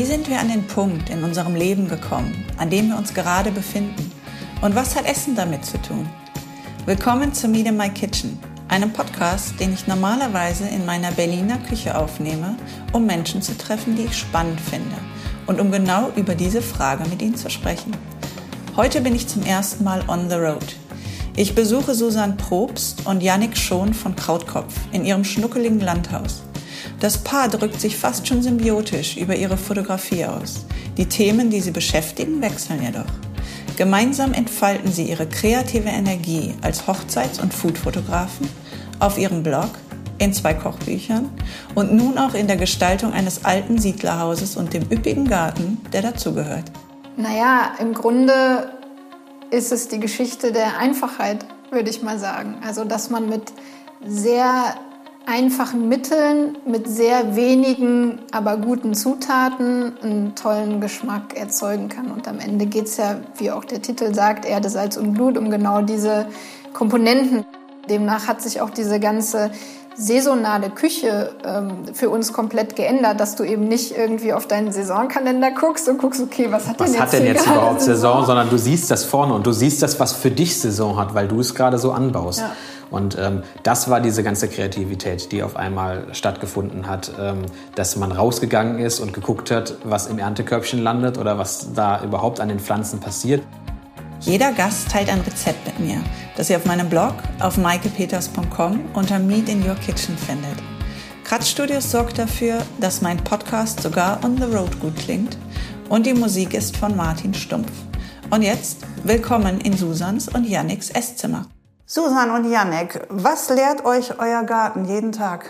Wie sind wir an den Punkt in unserem Leben gekommen, an dem wir uns gerade befinden? Und was hat Essen damit zu tun? Willkommen zu Meet in My Kitchen, einem Podcast, den ich normalerweise in meiner Berliner Küche aufnehme, um Menschen zu treffen, die ich spannend finde und um genau über diese Frage mit ihnen zu sprechen. Heute bin ich zum ersten Mal on the road. Ich besuche Susanne Probst und Jannik Schon von Krautkopf in ihrem schnuckeligen Landhaus. Das Paar drückt sich fast schon symbiotisch über ihre Fotografie aus. Die Themen, die sie beschäftigen, wechseln jedoch. Gemeinsam entfalten sie ihre kreative Energie als Hochzeits- und Foodfotografen auf ihrem Blog, in 2 Kochbüchern und nun auch in der Gestaltung eines alten Siedlerhauses und dem üppigen Garten, der dazugehört. Naja, im Grunde ist es die Geschichte der Einfachheit, würde ich mal sagen. Also, dass man mit sehr einfachen Mitteln, mit sehr wenigen, aber guten Zutaten einen tollen Geschmack erzeugen kann. Und am Ende geht es ja, wie auch der Titel sagt, Erde, Salz und Blut, um genau diese Komponenten. Demnach hat sich auch diese ganze saisonale Küche für uns komplett geändert, dass du eben nicht irgendwie auf deinen Saisonkalender guckst und guckst, okay, was hat denn jetzt überhaupt Saison, sondern du siehst das vorne und du siehst das, was für dich Saison hat, weil du es gerade so anbaust. Ja. Und das war diese ganze Kreativität, die auf einmal stattgefunden hat, dass man rausgegangen ist und geguckt hat, was im Erntekörbchen landet oder was da überhaupt an den Pflanzen passiert. Jeder Gast teilt ein Rezept mit mir, das ihr auf meinem Blog auf maikepeters.com unter Meet in Your Kitchen findet. Kratzstudios sorgt dafür, dass mein Podcast sogar on the road gut klingt und die Musik ist von Martin Stumpf. Und jetzt willkommen in Susans und Janniks Esszimmer. Susanne und Jannik, was lehrt euch euer Garten jeden Tag?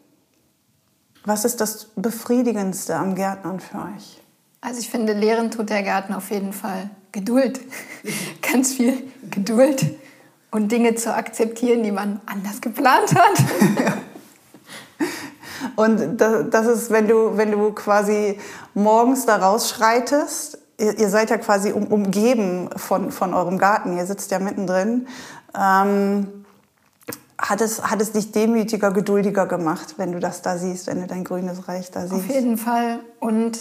Was ist das Befriedigendste am Gärtnern für euch? Also ich finde, lehren tut der Garten auf jeden Fall Geduld. Ganz viel Geduld und Dinge zu akzeptieren, die man anders geplant hat. Und das ist, wenn du quasi morgens da rausschreitest, ihr seid ja quasi umgeben von eurem Garten, ihr sitzt ja mittendrin. Hat es dich demütiger, geduldiger gemacht, wenn du das da siehst, wenn du dein grünes Reich da siehst? Auf jeden Fall. Und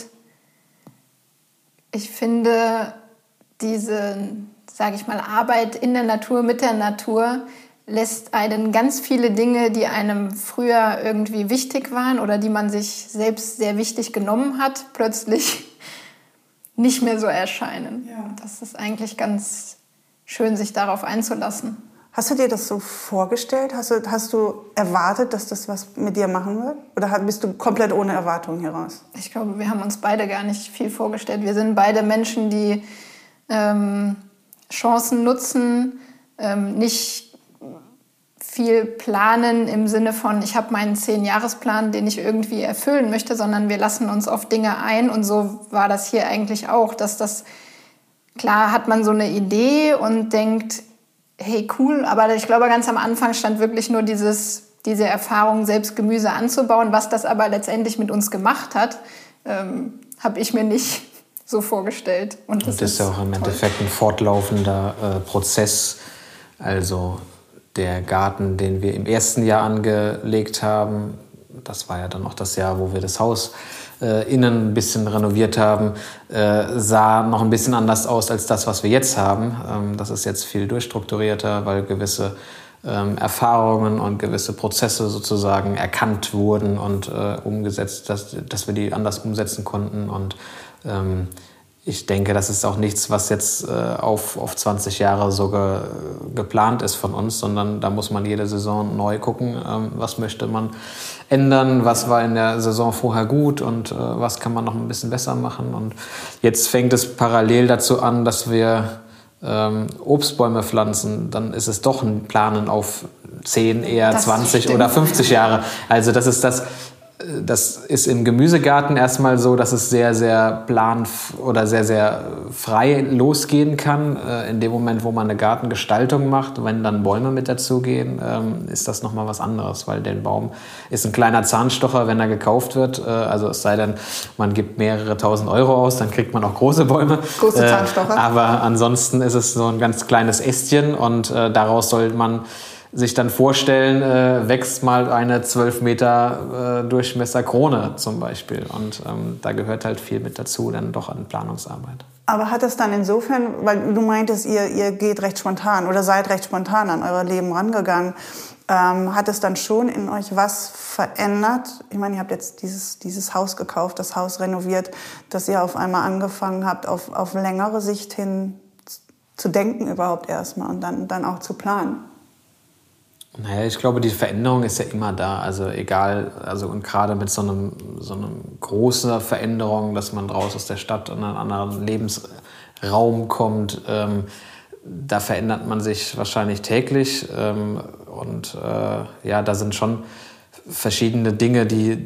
ich finde, diese, sage ich mal, Arbeit in der Natur, mit der Natur, lässt einen ganz viele Dinge, die einem früher irgendwie wichtig waren oder die man sich selbst sehr wichtig genommen hat, plötzlich nicht mehr so erscheinen. Ja. Das ist eigentlich ganz schön, sich darauf einzulassen. Hast du dir das so vorgestellt? Hast du erwartet, dass das was mit dir machen wird? Oder bist du komplett ohne Erwartung hier raus? Ich glaube, wir haben uns beide gar nicht viel vorgestellt. Wir sind beide Menschen, die Chancen nutzen, nicht viel planen im Sinne von, ich habe meinen 10-Jahresplan, den ich irgendwie erfüllen möchte, sondern wir lassen uns auf Dinge ein. Und so war das hier eigentlich auch, dass das, klar hat man so eine Idee und denkt, hey, cool, aber ich glaube, ganz am Anfang stand wirklich nur diese Erfahrung, selbst Gemüse anzubauen. Was das aber letztendlich mit uns gemacht hat, habe ich mir nicht so vorgestellt. Und das ist ja auch im Endeffekt ein fortlaufender Prozess. Also der Garten, den wir im ersten Jahr angelegt haben, das war ja dann auch das Jahr, wo wir das Haus innen ein bisschen renoviert haben, sah noch ein bisschen anders aus als das, was wir jetzt haben. Das ist jetzt viel durchstrukturierter, weil gewisse Erfahrungen und gewisse Prozesse sozusagen erkannt wurden und umgesetzt, dass wir die anders umsetzen konnten. Und ich denke, das ist auch nichts, was jetzt auf 20 Jahre so geplant ist von uns, sondern da muss man jede Saison neu gucken, was möchte man ändern, was war in der Saison vorher gut und was kann man noch ein bisschen besser machen. Und jetzt fängt es parallel dazu an, dass wir Obstbäume pflanzen. Dann ist es doch ein Planen auf 10, eher 20 oder 50 Jahre. Also das ist im Gemüsegarten erstmal so, dass es sehr, sehr oder sehr, sehr frei losgehen kann. In dem Moment, wo man eine Gartengestaltung macht, wenn dann Bäume mit dazugehen, ist das nochmal was anderes, weil der Baum ist ein kleiner Zahnstocher, wenn er gekauft wird. Also es sei denn, man gibt mehrere tausend Euro aus, dann kriegt man auch große Bäume. Große Zahnstocher. Aber ansonsten ist es so ein ganz kleines Ästchen und daraus soll man sich dann vorstellen, wächst mal eine 12 Meter Durchmesser Krone zum Beispiel. Und da gehört halt viel mit dazu, dann doch an Planungsarbeit. Aber hat es dann insofern, weil du meintest, ihr geht recht spontan oder seid recht spontan an euer Leben rangegangen, hat es dann schon in euch was verändert? Ich meine, ihr habt jetzt dieses Haus gekauft, das Haus renoviert, dass ihr auf einmal angefangen habt, auf längere Sicht hin zu denken überhaupt erstmal und dann auch zu planen. Naja, ich glaube, die Veränderung ist ja immer da. Also egal, und gerade mit so einem großen Veränderung, dass man raus aus der Stadt in einen anderen Lebensraum kommt, da verändert man sich wahrscheinlich täglich. Da sind schon verschiedene Dinge,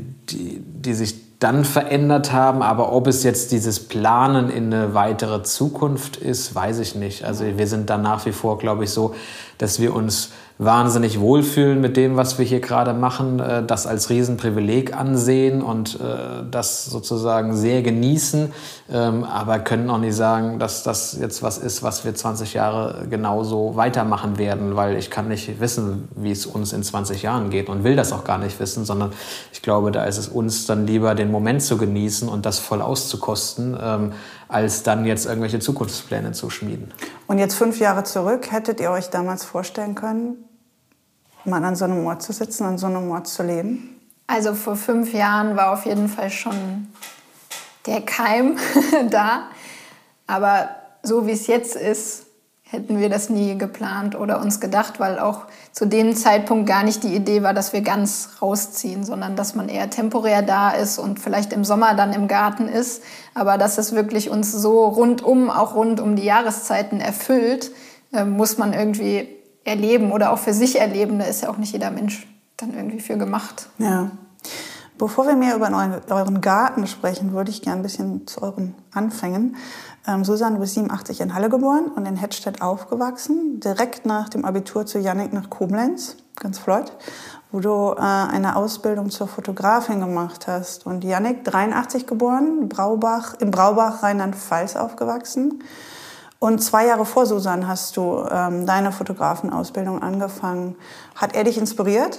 die sich dann verändert haben, aber ob es jetzt dieses Planen in eine weitere Zukunft ist, weiß ich nicht. Also wir sind da nach wie vor, glaube ich, so, dass wir uns wahnsinnig wohlfühlen mit dem, was wir hier gerade machen, das als Riesenprivileg ansehen und das sozusagen sehr genießen, aber können auch nicht sagen, dass das jetzt was ist, was wir 20 Jahre genauso weitermachen werden, weil ich kann nicht wissen, wie es uns in 20 Jahren geht und will das auch gar nicht wissen, sondern ich glaube, da ist es uns dann lieber, den Moment zu genießen und das voll auszukosten, als dann jetzt irgendwelche Zukunftspläne zu schmieden. Und jetzt 5 Jahre zurück, hättet ihr euch damals vorstellen können, mal an so einem Ort zu sitzen, an so einem Ort zu leben? Also vor 5 Jahren war auf jeden Fall schon der Keim da. Aber so wie es jetzt ist, hätten wir das nie geplant oder uns gedacht, weil auch zu dem Zeitpunkt gar nicht die Idee war, dass wir ganz rausziehen, sondern dass man eher temporär da ist und vielleicht im Sommer dann im Garten ist. Aber dass es wirklich uns so auch rund um die Jahreszeiten erfüllt, muss man irgendwie erleben oder auch für sich erleben. Da ist ja auch nicht jeder Mensch dann irgendwie für gemacht. Ja. Bevor wir mehr über euren Garten sprechen, würde ich gerne ein bisschen zu euren Anfängen. Susanne, du bist 87 in Halle geboren und in Hettstedt aufgewachsen. Direkt nach dem Abitur zu Jannik nach Koblenz, ganz flott, wo du eine Ausbildung zur Fotografin gemacht hast. Und Jannik, 83 geboren, im Braubach, Rheinland-Pfalz aufgewachsen. Und 2 Jahre vor Susanne hast du deine Fotografenausbildung angefangen. Hat er dich inspiriert?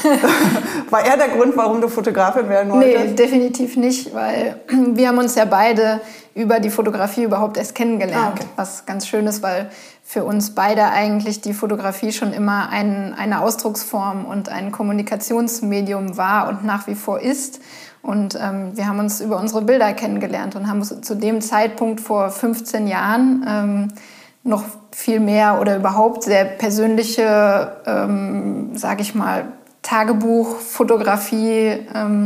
War er der Grund, warum du Fotografin werden wolltest? Nee, definitiv nicht, weil wir haben uns ja beide über die Fotografie überhaupt erst kennengelernt. Okay. Was ganz schön ist, weil für uns beide eigentlich die Fotografie schon immer eine Ausdrucksform und ein Kommunikationsmedium war und nach wie vor ist. Und wir haben uns über unsere Bilder kennengelernt und haben uns zu dem Zeitpunkt vor 15 Jahren noch viel mehr oder überhaupt sehr persönliche, sage ich mal, Tagebuchfotografie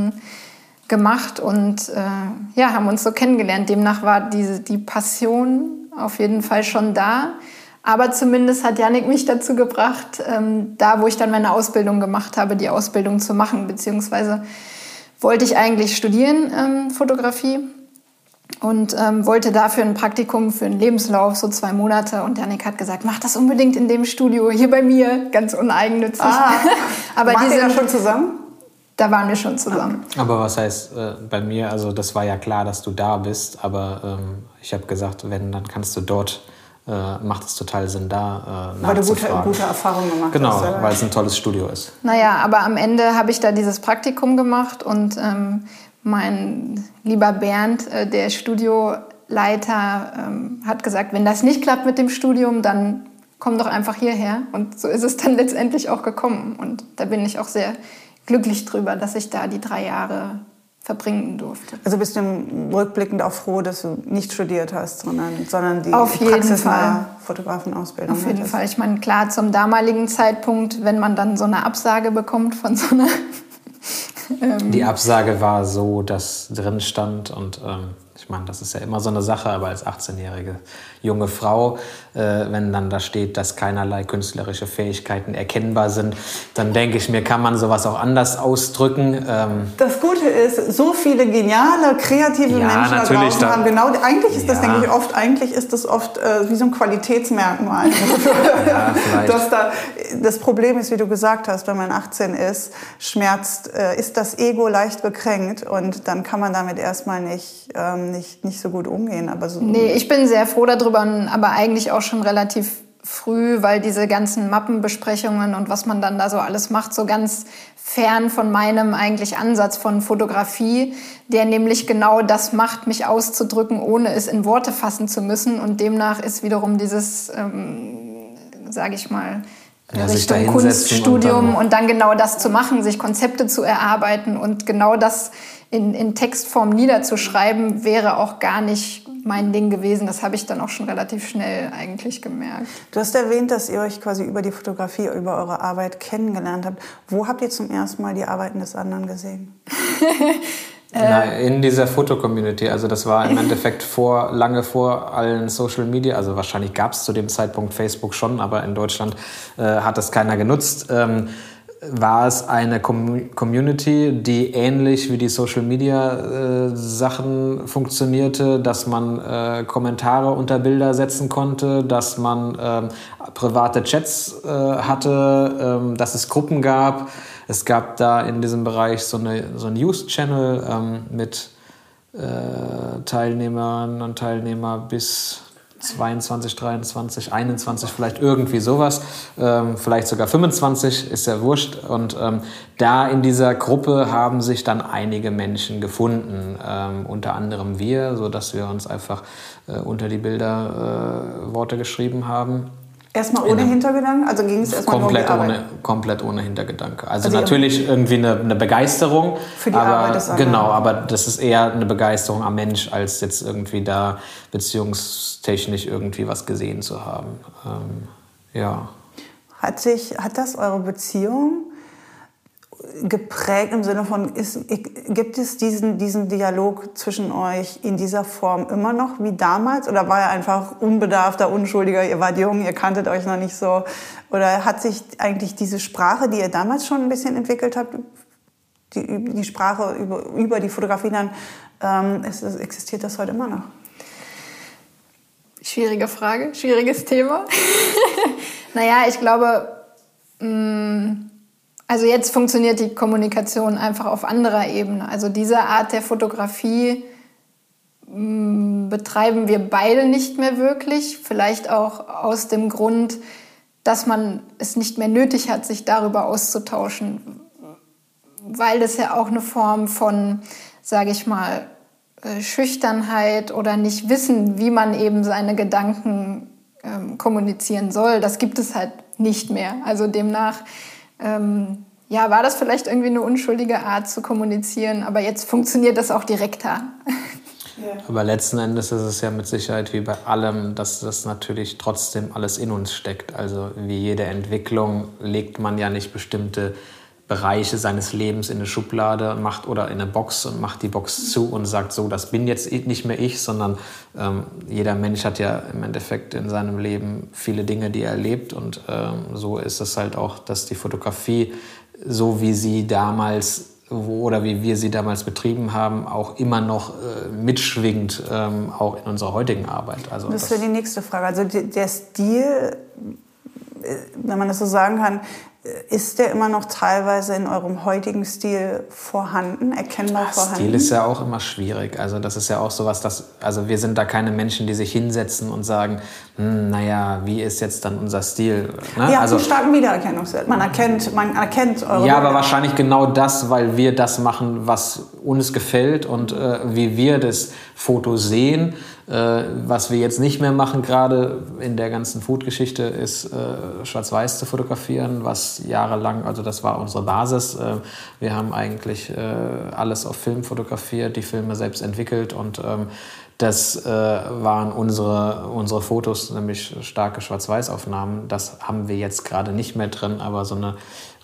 gemacht und haben uns so kennengelernt. Demnach war die Passion auf jeden Fall schon da. Aber zumindest hat Jannik mich dazu gebracht, da wo ich dann meine Ausbildung gemacht habe, die Ausbildung zu machen, beziehungsweise wollte ich eigentlich studieren, Fotografie, und wollte dafür ein Praktikum für einen Lebenslauf, so 2 Monate. Und Jannik hat gesagt, mach das unbedingt in dem Studio, hier bei mir, ganz uneigennützig. Aber wart ihr da schon zusammen? Da waren wir schon zusammen. Aber was heißt bei mir, also das war ja klar, dass du da bist, aber ich habe gesagt, wenn, dann kannst du dort, macht es total Sinn, da nachzufragen. Weil du gute Erfahrungen gemacht hast. Genau, weil es ein tolles Studio ist. Naja, aber am Ende habe ich da dieses Praktikum gemacht und mein lieber Bernd, der Studioleiter, hat gesagt, wenn das nicht klappt mit dem Studium, dann komm doch einfach hierher. Und so ist es dann letztendlich auch gekommen. Und da bin ich auch sehr glücklich drüber, dass ich da die 3 Jahre verbringen durfte. Also bist du rückblickend auch froh, dass du nicht studiert hast, sondern die praxisnahe Fotografenausbildung hattest? Auf jeden Fall. Ich meine, klar, zum damaligen Zeitpunkt, wenn man dann so eine Absage bekommt von so einer... Die Absage war so, dass drin stand und ich meine, das ist ja immer so eine Sache, aber als 18-jährige junge Frau, wenn dann da steht, dass keinerlei künstlerische Fähigkeiten erkennbar sind, dann denke ich mir, kann man sowas auch anders ausdrücken. Das Gute ist, so viele geniale, kreative Menschen da draußen haben genau, eigentlich ist das, denke ich, eigentlich ist das oft wie so ein Qualitätsmerkmal. Ja, vielleicht. Dass da, das Problem ist, wie du gesagt hast, wenn man 18 ist, ist das Ego leicht gekränkt und dann kann man damit erstmal nicht so gut umgehen. Aber so nee, ich bin sehr froh darüber, aber eigentlich auch schon relativ früh, weil diese ganzen Mappenbesprechungen und was man dann da so alles macht, so ganz fern von meinem eigentlich Ansatz von Fotografie, der nämlich genau das macht, mich auszudrücken, ohne es in Worte fassen zu müssen. Und demnach ist wiederum dieses, sage ich mal, Richtung Kunststudium und dann genau das zu machen, sich Konzepte zu erarbeiten und genau das in Textform niederzuschreiben, wäre auch gar nicht mein Ding gewesen. Das habe ich dann auch schon relativ schnell eigentlich gemerkt. Du hast erwähnt, dass ihr euch quasi über die Fotografie, über eure Arbeit kennengelernt habt. Wo habt ihr zum ersten Mal die Arbeiten des anderen gesehen? In dieser Foto-Community. Also das war im Endeffekt lange vor allen Social Media. Also wahrscheinlich gab es zu dem Zeitpunkt Facebook schon, aber in Deutschland hat das keiner genutzt. War es eine Community, die ähnlich wie die Social-Media-Sachen funktionierte, dass man Kommentare unter Bilder setzen konnte, dass man private Chats hatte, dass es Gruppen gab. Es gab da in diesem Bereich so einen News-Channel mit Teilnehmerinnen und Teilnehmer bis 22, 23, 21, vielleicht irgendwie sowas, vielleicht sogar 25, ist ja wurscht. Und da in dieser Gruppe haben sich dann einige Menschen gefunden, unter anderem wir, sodass wir uns einfach unter die Bilder Worte geschrieben haben. Erstmal ohne Hintergedanken? Also ging es erstmal nur um die Arbeit? Komplett ohne Hintergedanke. Also natürlich irgendwie eine Begeisterung. Für die Arbeit des anderen. Genau, aber das ist eher eine Begeisterung am Mensch, als jetzt irgendwie da beziehungstechnisch irgendwie was gesehen zu haben. Ja. Hat das eure Beziehung geprägt im Sinne von, gibt es diesen Dialog zwischen euch in dieser Form immer noch wie damals? Oder war er einfach unbedarfter, unschuldiger, ihr wart jung, ihr kanntet euch noch nicht so? Oder hat sich eigentlich diese Sprache, die ihr damals schon ein bisschen entwickelt habt, die Sprache über die Fotografie dann, existiert das heute immer noch? Schwierige Frage, schwieriges Thema. Naja, ich glaube, also jetzt funktioniert die Kommunikation einfach auf anderer Ebene. Also diese Art der Fotografie betreiben wir beide nicht mehr wirklich. Vielleicht auch aus dem Grund, dass man es nicht mehr nötig hat, sich darüber auszutauschen. Weil das ja auch eine Form von, sage ich mal, Schüchternheit oder nicht wissen, wie man eben seine Gedanken kommunizieren soll. Das gibt es halt nicht mehr. Also demnach war das vielleicht irgendwie eine unschuldige Art zu kommunizieren, aber jetzt funktioniert das auch direkter. Aber letzten Endes ist es ja mit Sicherheit wie bei allem, dass das natürlich trotzdem alles in uns steckt. Also wie jede Entwicklung legt man ja nicht bestimmte Bereiche seines Lebens in eine Schublade oder in eine Box und macht die Box zu und sagt so, das bin jetzt nicht mehr ich, sondern jeder Mensch hat ja im Endeffekt in seinem Leben viele Dinge, die er erlebt und so ist es halt auch, dass die Fotografie, so wie sie damals oder wie wir sie damals betrieben haben, auch immer noch mitschwingt, auch in unserer heutigen Arbeit. Also das wäre die nächste Frage. Also der Stil, wenn man das so sagen kann, ist der immer noch teilweise in eurem heutigen Stil vorhanden, erkennbar vorhanden? Stil ist ja auch immer schwierig. Also das ist ja auch sowas, also wir sind da keine Menschen, die sich hinsetzen und sagen, wie ist jetzt dann unser Stil? Ne? Ja, einen starken Wiedererkennungswert. Man erkennt eure Ja, aber wahrscheinlich genau das, weil wir das machen, was uns gefällt und wie wir das Foto sehen. Was wir jetzt nicht mehr machen, gerade in der ganzen Food-Geschichte, ist schwarz-weiß zu fotografieren, was jahrelang, also das war unsere Basis. Wir haben eigentlich alles auf Film fotografiert, die Filme selbst entwickelt und das waren unsere Fotos, nämlich starke Schwarz-weiß-Aufnahmen. Das haben wir jetzt gerade nicht mehr drin, aber so eine,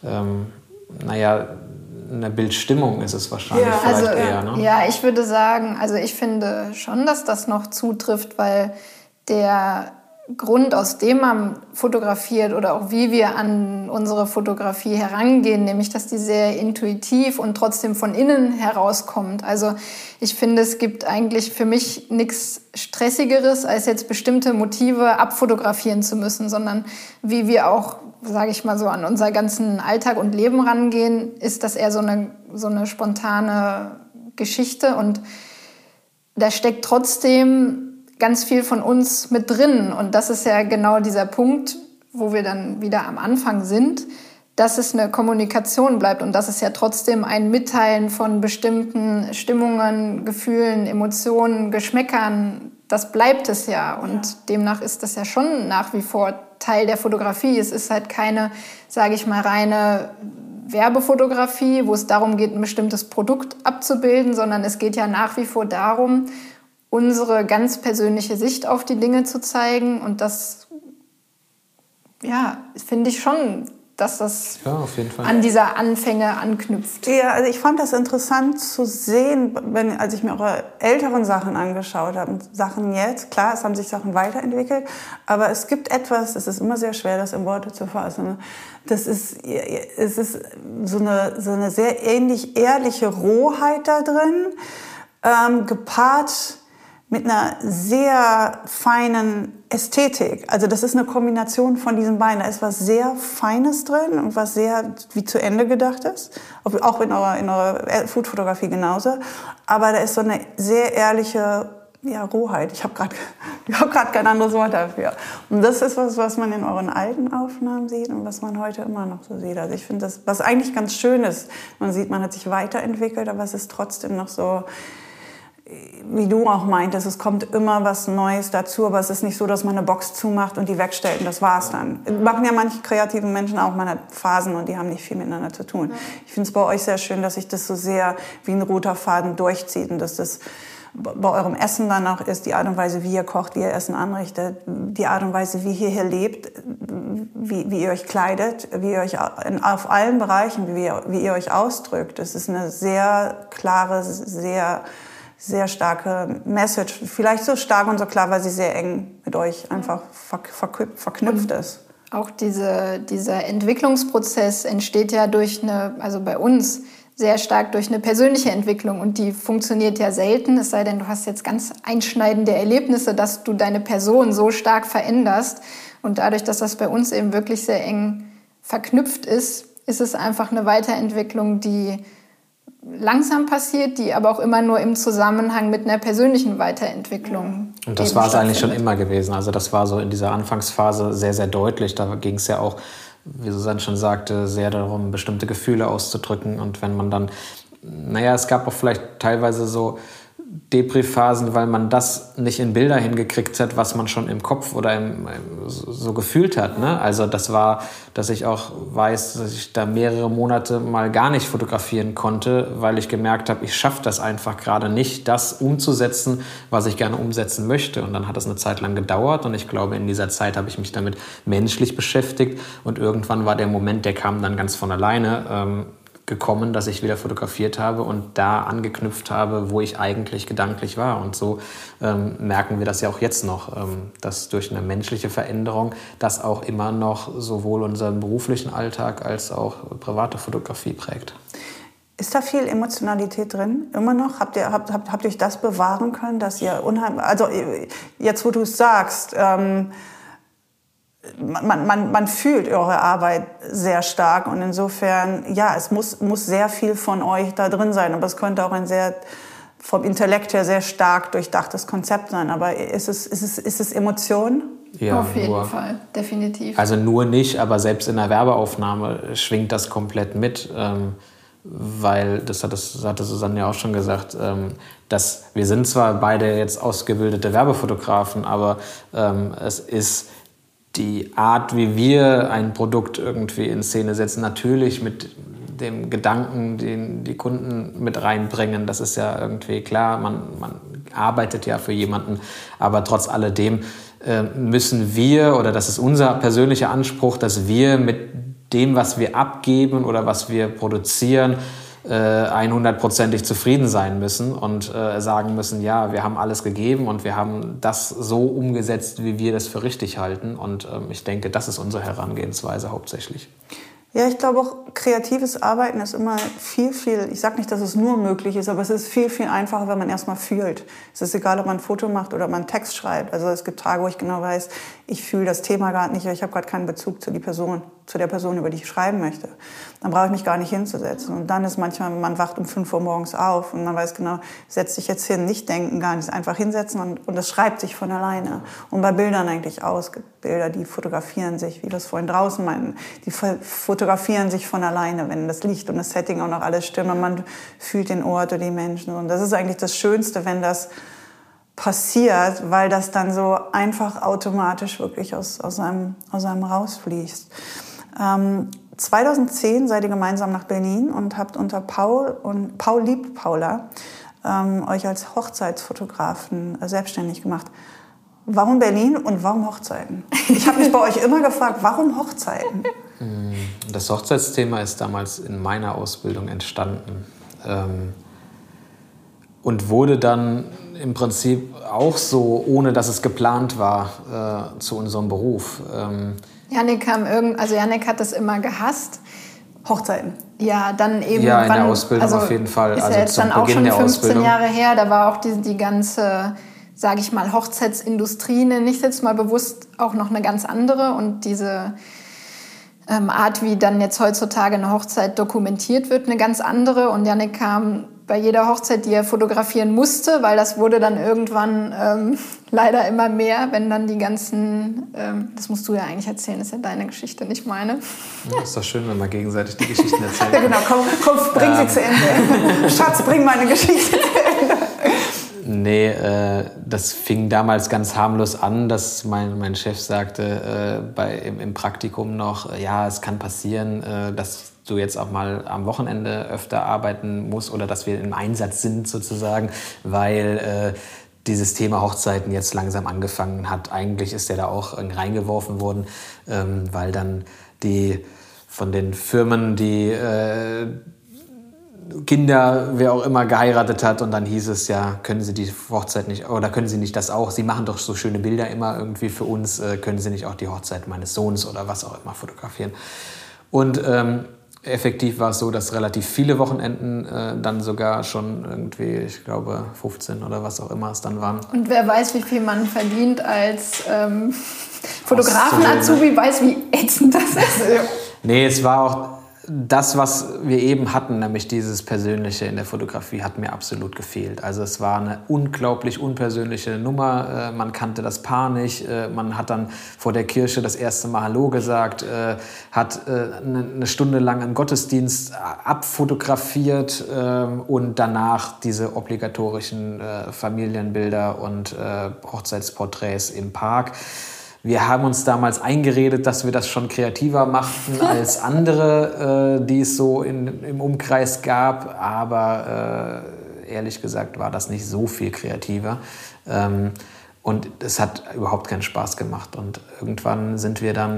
eine Bildstimmung ist es wahrscheinlich eher. Ne? Ja, ich würde sagen, also ich finde schon, dass das noch zutrifft, weil der Grund, aus dem man fotografiert oder auch wie wir an unsere Fotografie herangehen, nämlich dass die sehr intuitiv und trotzdem von innen herauskommt. Also ich finde, es gibt eigentlich für mich nichts Stressigeres, als jetzt bestimmte Motive abfotografieren zu müssen, sondern wie wir auch, sage ich mal so, an unser ganzen Alltag und Leben rangehen, ist das eher so eine spontane Geschichte und da steckt trotzdem ganz viel von uns mit drin. Und das ist ja genau dieser Punkt, wo wir dann wieder am Anfang sind, dass es eine Kommunikation bleibt und dass es ja trotzdem ein Mitteilen von bestimmten Stimmungen, Gefühlen, Emotionen, Geschmäckern, das bleibt es ja. Und demnach ist das ja schon nach wie vor Teil der Fotografie. Es ist halt keine, sage ich mal, reine Werbefotografie, wo es darum geht, ein bestimmtes Produkt abzubilden, sondern es geht ja nach wie vor darum, unsere ganz persönliche Sicht auf die Dinge zu zeigen. Und das, ja, finde ich schon, dass das auf jeden Fall an diese Anfänge anknüpft. Ja, also ich fand das interessant zu sehen, als ich mir eure älteren Sachen angeschaut habe. Und Sachen jetzt, klar, es haben sich Sachen weiterentwickelt, aber es gibt etwas, es ist immer sehr schwer, das in Worte zu fassen. Es ist so eine sehr ähnlich ehrliche Rohheit da drin, gepaart mit einer sehr feinen Ästhetik. Also das ist eine Kombination von diesen beiden. Da ist was sehr Feines drin und was sehr wie zu Ende gedacht ist. Auch in eurer Foodfotografie genauso. Aber da ist so eine sehr ehrliche Rohheit. Ich habe gerade kein anderes Wort dafür. Und das ist was man in euren alten Aufnahmen sieht und was man heute immer noch so sieht. Also ich finde das, was eigentlich ganz schön ist. Man sieht, man hat sich weiterentwickelt, aber es ist trotzdem noch so, wie du auch meintest, es kommt immer was Neues dazu, aber es ist nicht so, dass man eine Box zumacht und die wegstellt und das war's dann. Machen ja manche kreativen Menschen auch, man hat Phasen und die haben nicht viel miteinander zu tun. Ich finde es bei euch sehr schön, dass sich das so sehr wie ein roter Faden durchzieht und dass das bei eurem Essen dann auch ist, die Art und Weise, wie ihr kocht, wie ihr Essen anrichtet, die Art und Weise, wie ihr hier lebt, wie ihr euch kleidet, wie ihr euch auf allen Bereichen, wie ihr euch ausdrückt. Das ist eine sehr klare, sehr starke Message. Vielleicht so stark und so klar, weil sie sehr eng mit euch einfach verknüpft ist. Auch dieser Entwicklungsprozess entsteht ja also bei uns sehr stark durch eine persönliche Entwicklung und die funktioniert ja selten, es sei denn, du hast jetzt ganz einschneidende Erlebnisse, dass du deine Person so stark veränderst und dadurch, dass das bei uns eben wirklich sehr eng verknüpft ist, ist es einfach eine Weiterentwicklung, die langsam passiert, die aber auch immer nur im Zusammenhang mit einer persönlichen Weiterentwicklung. Und das war es eigentlich schon immer gewesen. Also das war so in dieser Anfangsphase sehr, sehr deutlich. Da ging es ja auch, wie Susanne schon sagte, sehr darum, bestimmte Gefühle auszudrücken. Und wenn man dann, es gab auch vielleicht teilweise so Depri-Phasen, weil man das nicht in Bilder hingekriegt hat, was man schon im Kopf oder so gefühlt hat. Ne? Also das war, dass ich auch weiß, dass ich da mehrere Monate mal gar nicht fotografieren konnte, weil ich gemerkt habe, ich schaffe das einfach gerade nicht, das umzusetzen, was ich gerne umsetzen möchte. Und dann hat es eine Zeit lang gedauert und ich glaube, in dieser Zeit habe ich mich damit menschlich beschäftigt und irgendwann war der Moment, der kam dann ganz von alleine, gekommen, dass ich wieder fotografiert habe und da angeknüpft habe, wo ich eigentlich gedanklich war. Und so merken wir das ja auch jetzt noch, dass durch eine menschliche Veränderung das auch immer noch sowohl unseren beruflichen Alltag als auch private Fotografie prägt. Ist da viel Emotionalität drin? Immer noch? Habt ihr euch das bewahren können, dass ihr unheimlich... Also jetzt, wo du es sagst... Man fühlt eure Arbeit sehr stark und insofern, ja, es muss sehr viel von euch da drin sein, aber es könnte auch ein sehr, vom Intellekt her sehr stark durchdachtes Konzept sein, aber ist es Emotion? Ja, auf jeden Fall, definitiv. Also nur nicht, aber selbst in der Werbeaufnahme schwingt das komplett mit, weil, das hatte Susanne ja auch schon gesagt, dass wir sind zwar beide jetzt ausgebildete Werbefotografen, aber es ist die Art, wie wir ein Produkt irgendwie in Szene setzen, natürlich mit dem Gedanken, den die Kunden mit reinbringen, das ist ja irgendwie klar, man arbeitet ja für jemanden, aber trotz alledem müssen wir, oder das ist unser persönlicher Anspruch, dass wir mit dem, was wir abgeben oder was wir produzieren, 100%ig zufrieden sein müssen und sagen müssen, ja, wir haben alles gegeben und wir haben das so umgesetzt, wie wir das für richtig halten. Und ich denke, das ist unsere Herangehensweise hauptsächlich. Ja, ich glaube auch, kreatives Arbeiten ist immer viel, ich sage nicht, dass es nur möglich ist, aber es ist viel, viel einfacher, wenn man erstmal fühlt. Es ist egal, ob man ein Foto macht oder ob man einen Text schreibt. Also es gibt Tage, wo ich genau weiß, ich fühle das Thema gerade nicht, ich habe gerade keinen Bezug zu die Person. zu der Person, über die ich schreiben möchte. Dann brauche ich mich gar nicht hinzusetzen. Und dann ist manchmal, man wacht um 5 Uhr morgens auf und man weiß genau, setz dich jetzt hin, nicht denken, gar nicht, einfach hinsetzen und es schreibt sich von alleine. Und bei Bildern eigentlich aus. Es gibt Bilder, die fotografieren sich, wie wir es vorhin draußen meinten, die fotografieren sich von alleine, wenn das Licht und das Setting auch noch alles stimmt und man fühlt den Ort oder die Menschen. Und das ist eigentlich das Schönste, wenn das passiert, weil das dann so einfach automatisch wirklich aus einem rausfließt. 2010 seid ihr gemeinsam nach Berlin und habt unter Paul liebt Paula euch als Hochzeitsfotografen selbstständig gemacht. Warum Berlin und warum Hochzeiten? Ich habe mich bei euch immer gefragt, warum Hochzeiten? Das Hochzeitsthema ist damals in meiner Ausbildung entstanden und wurde dann im Prinzip auch so, ohne dass es geplant war, zu unserem Beruf. Yannick hat das immer gehasst. Hochzeiten. Ja, dann eben. Ja, in der Ausbildung auf jeden Fall. Ist ja jetzt dann auch schon 15 Jahre her. Da war auch die ganze, sage ich mal, Hochzeitsindustrie, nenne ich jetzt mal bewusst, auch noch eine ganz andere. Und diese Art, wie dann jetzt heutzutage eine Hochzeit dokumentiert wird, eine ganz andere. Und Yannick kam bei jeder Hochzeit, die er fotografieren musste, weil das wurde dann irgendwann leider immer mehr, wenn dann die ganzen, das musst du ja eigentlich erzählen, ist ja deine Geschichte, nicht meine. Ja, ist doch schön, wenn man gegenseitig die Geschichten erzählt. Ja, genau, komm, bring sie zu Ende. Schatz, bring meine Geschichte zu Ende. Nee, das fing damals ganz harmlos an, dass mein Chef sagte im Praktikum noch, ja, es kann passieren, dass du jetzt auch mal am Wochenende öfter arbeiten musst oder dass wir im Einsatz sind sozusagen, weil dieses Thema Hochzeiten jetzt langsam angefangen hat. Eigentlich ist der da auch reingeworfen worden, weil dann die von den Firmen, die Kinder, wer auch immer geheiratet hat und dann hieß es ja, können Sie die Hochzeit nicht, oder können Sie nicht das auch, Sie machen doch so schöne Bilder immer irgendwie für uns, können Sie nicht auch die Hochzeit meines Sohns oder was auch immer fotografieren. Und effektiv war es so, dass relativ viele Wochenenden dann sogar schon irgendwie, ich glaube 15 oder was auch immer es dann waren. Und wer weiß, wie viel man verdient als Fotografen-Azubi, weiß, wie ätzend das ist. Nee, es war auch das, was wir eben hatten, nämlich dieses Persönliche in der Fotografie, hat mir absolut gefehlt. Also es war eine unglaublich unpersönliche Nummer. Man kannte das Paar nicht. Man hat dann vor der Kirche das erste Mal Hallo gesagt, hat eine Stunde lang einen Gottesdienst abfotografiert und danach diese obligatorischen Familienbilder und Hochzeitsporträts im Park. Wir haben uns damals eingeredet, dass wir das schon kreativer machten als andere, die es so im Umkreis gab. Aber ehrlich gesagt war das nicht so viel kreativer. Und es hat überhaupt keinen Spaß gemacht. Und irgendwann sind wir dann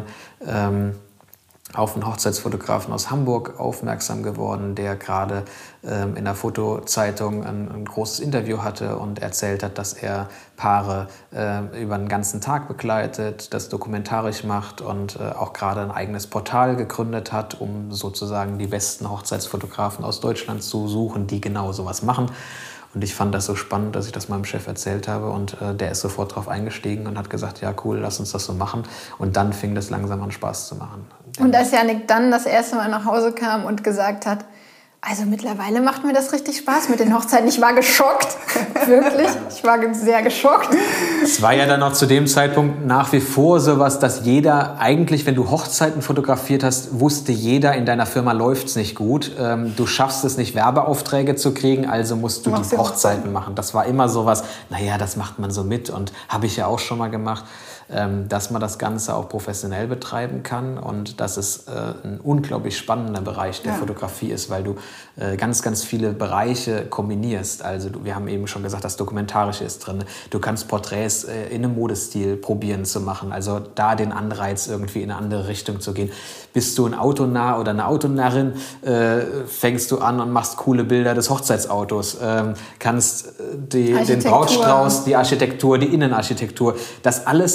auf einen Hochzeitsfotografen aus Hamburg aufmerksam geworden, der gerade in der Fotozeitung ein großes Interview hatte und erzählt hat, dass er Paare über den ganzen Tag begleitet, das dokumentarisch macht und auch gerade ein eigenes Portal gegründet hat, um sozusagen die besten Hochzeitsfotografen aus Deutschland zu suchen, die genau sowas machen. Und ich fand das so spannend, dass ich das meinem Chef erzählt habe und der ist sofort drauf eingestiegen und hat gesagt, ja cool, lass uns das so machen. Und dann fing das langsam an Spaß zu machen. Und als Yannick dann das erste Mal nach Hause kam und gesagt hat, also mittlerweile macht mir das richtig Spaß mit den Hochzeiten. Ich war geschockt, wirklich. Ich war sehr geschockt. Es war ja dann auch zu dem Zeitpunkt nach wie vor sowas, dass jeder, eigentlich, wenn du Hochzeiten fotografiert hast, wusste jeder, in deiner Firma läuft's nicht gut. Du schaffst es nicht, Werbeaufträge zu kriegen, also musst du die Hochzeiten machen. Das war immer sowas, naja, das macht man so mit und habe ich ja auch schon mal gemacht. Dass man das Ganze auch professionell betreiben kann und dass es ein unglaublich spannender Bereich der Fotografie ist, weil du ganz, ganz viele Bereiche kombinierst. Also wir haben eben schon gesagt, das Dokumentarische ist drin. Du kannst Porträts in einem Modestil probieren zu machen, also da den Anreiz irgendwie in eine andere Richtung zu gehen. Bist du ein Autonah oder eine Autonarrin, fängst du an und machst coole Bilder des Hochzeitsautos, kannst den Brautstrauß, die Architektur, die Innenarchitektur, das alles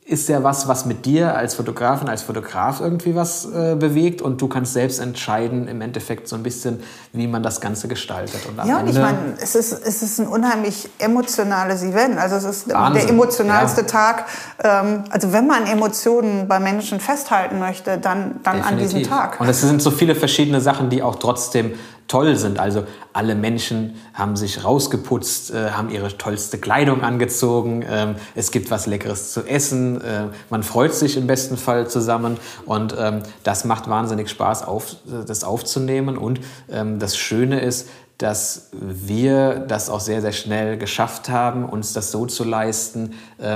ist ja was mit dir als Fotografin, als Fotograf irgendwie was bewegt und du kannst selbst entscheiden im Endeffekt so ein bisschen, wie man das Ganze gestaltet. Und am Ende, ich meine, es ist ein unheimlich emotionales Event. Also es ist Wahnsinn, der emotionalste Tag. Also wenn man Emotionen bei Menschen festhalten möchte, dann an diesem Tag. Und es sind so viele verschiedene Sachen, die auch trotzdem toll sind. Also alle Menschen haben sich rausgeputzt, haben ihre tollste Kleidung angezogen, es gibt was Leckeres zu essen, man freut sich im besten Fall zusammen und das macht wahnsinnig Spaß, das aufzunehmen. Und das Schöne ist, dass wir das auch sehr, sehr schnell geschafft haben, uns das so zu leisten,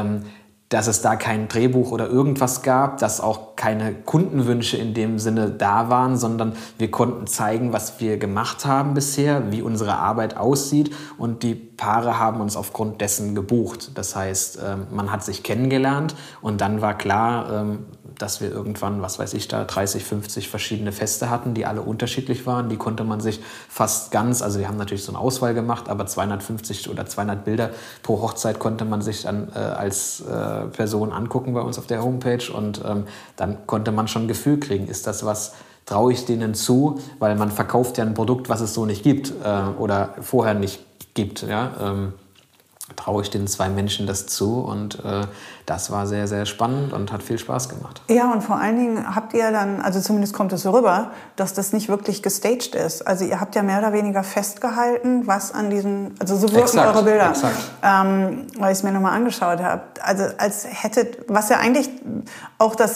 dass es da kein Drehbuch oder irgendwas gab, dass auch keine Kundenwünsche in dem Sinne da waren, sondern wir konnten zeigen, was wir gemacht haben bisher, wie unsere Arbeit aussieht, und die Paare haben uns aufgrund dessen gebucht. Das heißt, man hat sich kennengelernt und dann war klar, dass wir irgendwann, 30, 50 verschiedene Feste hatten, die alle unterschiedlich waren. Die konnte man sich fast ganz, also wir haben natürlich so eine Auswahl gemacht, aber 250 oder 200 Bilder pro Hochzeit konnte man sich dann als Person angucken bei uns auf der Homepage, und dann konnte man schon ein Gefühl kriegen, ist das was, traue ich denen zu, weil man verkauft ja ein Produkt, was es so nicht gibt oder vorher nicht gibt, ja. Traue ich den 2 Menschen das zu, und das war sehr, sehr spannend und hat viel Spaß gemacht. Ja, und vor allen Dingen habt ihr dann, also zumindest kommt es so rüber, dass das nicht wirklich gestaged ist. Also ihr habt ja mehr oder weniger festgehalten, was an diesen, also so wirken eure Bilder. Exakt. Weil ich es mir nochmal angeschaut habe. Also als hättet, was ja eigentlich auch das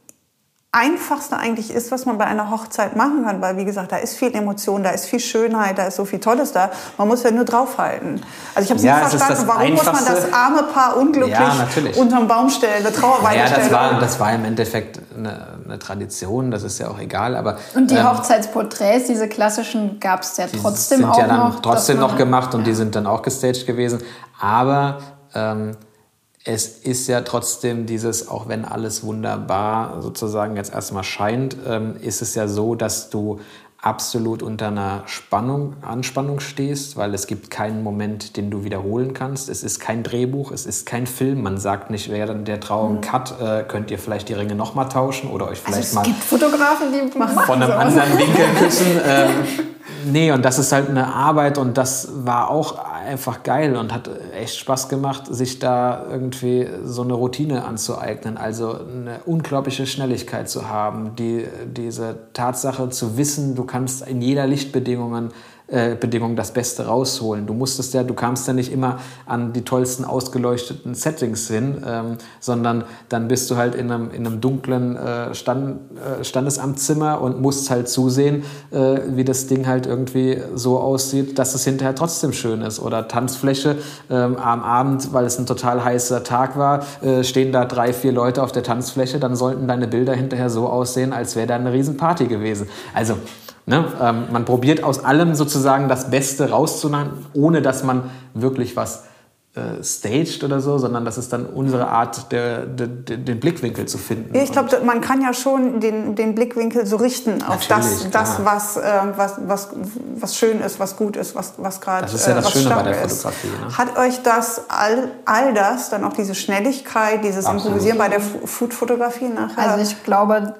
Einfachste eigentlich ist, was man bei einer Hochzeit machen kann, weil wie gesagt, da ist viel Emotion, da ist viel Schönheit, da ist so viel Tolles da. Man muss ja nur draufhalten. Also ich habe nicht verstanden, warum muss man das arme Paar unglücklich unterm Baum stellen, eine Trauerweide stellen? Das war im Endeffekt eine Tradition, das ist ja auch egal. Aber und die Hochzeitsporträts, diese klassischen, gab es ja trotzdem auch noch. Die sind ja dann trotzdem noch gemacht und die sind dann auch gestaged gewesen. Aber es ist ja trotzdem dieses, auch wenn alles wunderbar sozusagen jetzt erstmal scheint, ist es ja so, dass du absolut unter einer Anspannung stehst, weil es gibt keinen Moment, den du wiederholen kannst. Es ist kein Drehbuch, es ist kein Film. Man sagt nicht, während der Trauung Cut, könnt ihr vielleicht die Ringe nochmal tauschen oder euch vielleicht es gibt Fotografen, die von einem anderen Winkel küssen. Nee, und das ist halt eine Arbeit, und das war auch einfach geil und hat echt Spaß gemacht, sich da irgendwie so eine Routine anzueignen. Also eine unglaubliche Schnelligkeit zu haben, diese Tatsache zu wissen, du kannst in jeder Lichtbedingung das Beste rausholen. Du kamst ja nicht immer an die tollsten ausgeleuchteten Settings hin, sondern dann bist du halt in einem dunklen Standesamtszimmer und musst halt zusehen, wie das Ding halt irgendwie so aussieht, dass es hinterher trotzdem schön ist. Oder Tanzfläche am Abend, weil es ein total heißer Tag war, stehen da 3, 4 Leute auf der Tanzfläche, dann sollten deine Bilder hinterher so aussehen, als wäre da eine Riesenparty gewesen. Also man probiert aus allem sozusagen das Beste rauszunehmen, ohne dass man wirklich was staged oder so, sondern das ist dann unsere Art, den Blickwinkel zu finden. Ich glaube, man kann ja schon den Blickwinkel so richten auf das was schön ist, was gut ist, was gerade das ist ja das Schöne bei der Fotografie. Ne? Hat euch das all das, dann auch diese Schnelligkeit, dieses Absolut. Improvisieren bei der Food-Fotografie nachher? Also ich glaube,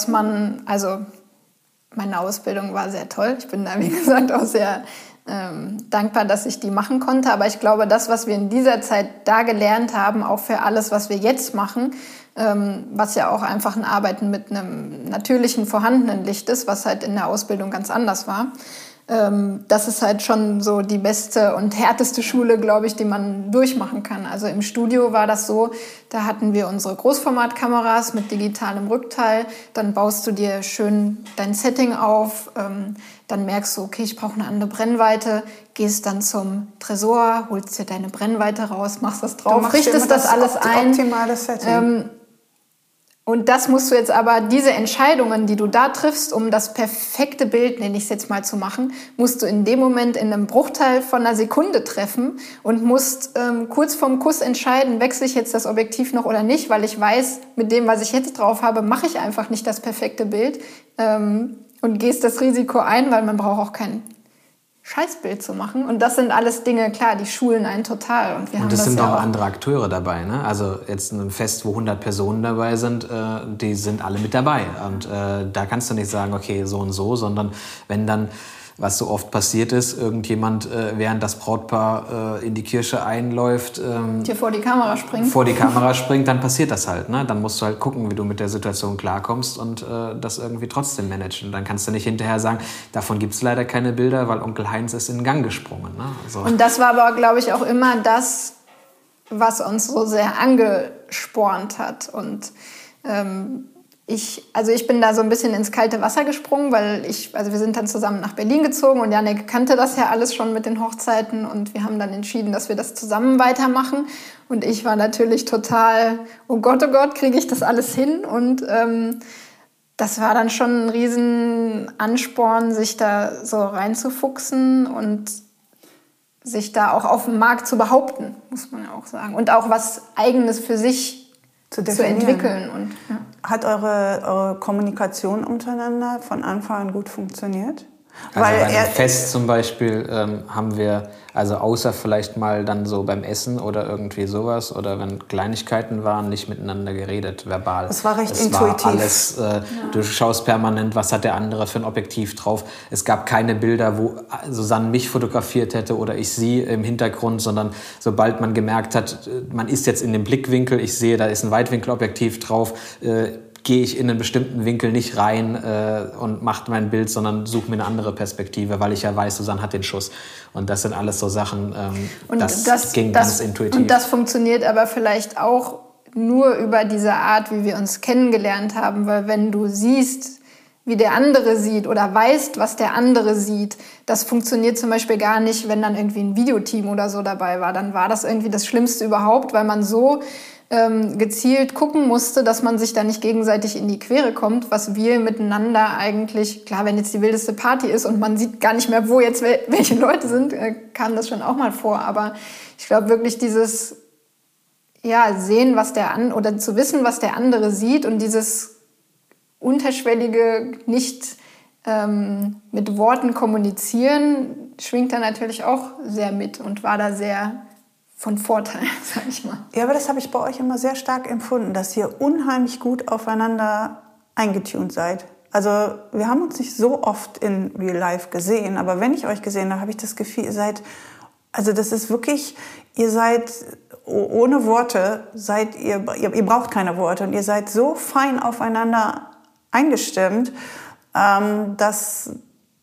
meine Ausbildung war sehr toll. Ich bin da, wie gesagt, auch sehr dankbar, dass ich die machen konnte. Aber ich glaube, das, was wir in dieser Zeit da gelernt haben, auch für alles, was wir jetzt machen, was ja auch einfach ein Arbeiten mit einem natürlichen, vorhandenen Licht ist, was halt in der Ausbildung ganz anders war, das ist halt schon so die beste und härteste Schule, glaube ich, die man durchmachen kann. Also im Studio war das so, da hatten wir unsere Großformatkameras mit digitalem Rückteil. Dann baust du dir schön dein Setting auf. Dann merkst du, okay, ich brauche eine andere Brennweite. Gehst dann zum Tresor, holst dir deine Brennweite raus, machst das drauf, richtest das alles ein. Optimales Setting. Und das musst du jetzt aber, diese Entscheidungen, die du da triffst, um das perfekte Bild, nenne ich es jetzt mal, zu machen, musst du in dem Moment in einem Bruchteil von einer Sekunde treffen und musst kurz vorm Kuss entscheiden, wechsle ich jetzt das Objektiv noch oder nicht, weil ich weiß, mit dem, was ich jetzt drauf habe, mache ich einfach nicht das perfekte Bild und gehst das Risiko ein, weil man braucht auch kein Scheißbild zu machen. Und das sind alles Dinge, klar, die schulen einen total. Und es sind auch andere Akteure dabei. Ne? Also jetzt ein Fest, wo 100 Personen dabei sind, die sind alle mit dabei. Und da kannst du nicht sagen, okay, so und so, sondern wenn dann, was so oft passiert ist, irgendjemand, während das Brautpaar in die Kirche einläuft, dir vor die Kamera springt, dann passiert das halt. Ne? Dann musst du halt gucken, wie du mit der Situation klarkommst und das irgendwie trotzdem managen. Dann kannst du nicht hinterher sagen, davon gibt es leider keine Bilder, weil Onkel Heinz ist in den Gang gesprungen. Ne? Also. Und das war aber, glaube ich, auch immer das, was uns so sehr angespornt hat. Und ich bin da so ein bisschen ins kalte Wasser gesprungen, weil wir sind dann zusammen nach Berlin gezogen und Janek kannte das ja alles schon mit den Hochzeiten und wir haben dann entschieden, dass wir das zusammen weitermachen. Und ich war natürlich total, oh Gott, kriege ich das alles hin? Und das war dann schon ein riesen Ansporn, sich da so reinzufuchsen und sich da auch auf dem Markt zu behaupten, muss man ja auch sagen. Und auch was Eigenes für sich zu entwickeln. Und, ja. Hat eure Kommunikation untereinander von Anfang an gut funktioniert? Also bei einem Fest zum Beispiel haben wir, also außer vielleicht mal dann so beim Essen oder irgendwie sowas oder wenn Kleinigkeiten waren, nicht miteinander geredet, verbal. Das war recht intuitiv. War alles, du schaust permanent, was hat der andere für ein Objektiv drauf. Es gab keine Bilder, wo Susanne mich fotografiert hätte oder ich sie im Hintergrund, sondern sobald man gemerkt hat, man ist jetzt in dem Blickwinkel, ich sehe, da ist ein Weitwinkelobjektiv drauf, gehe ich in einen bestimmten Winkel nicht rein und mache mein Bild, sondern suche mir eine andere Perspektive, weil ich ja weiß, Susanne hat den Schuss. Und das sind alles so Sachen, das ging ganz intuitiv. Und das funktioniert aber vielleicht auch nur über diese Art, wie wir uns kennengelernt haben, weil wenn du siehst, wie der andere sieht oder weißt, was der andere sieht, das funktioniert zum Beispiel gar nicht, wenn dann irgendwie ein Videoteam oder so dabei war. Dann war das irgendwie das Schlimmste überhaupt, weil man so gezielt gucken musste, dass man sich da nicht gegenseitig in die Quere kommt, was wir miteinander eigentlich, klar, wenn jetzt die wildeste Party ist und man sieht gar nicht mehr, wo jetzt welche Leute sind, kam das schon auch mal vor. Aber ich glaube wirklich dieses sehen, was oder zu wissen, was der andere sieht und dieses unterschwellige nicht mit Worten kommunizieren, schwingt da natürlich auch sehr mit und war da sehr von Vorteil, sag ich mal. Ja, aber das habe ich bei euch immer sehr stark empfunden, dass ihr unheimlich gut aufeinander eingetunt seid. Also wir haben uns nicht so oft in Real Life gesehen, aber wenn ich euch gesehen habe, habe ich das Gefühl, das ist wirklich, ihr seid ohne Worte, ihr braucht keine Worte und ihr seid so fein aufeinander eingestimmt, dass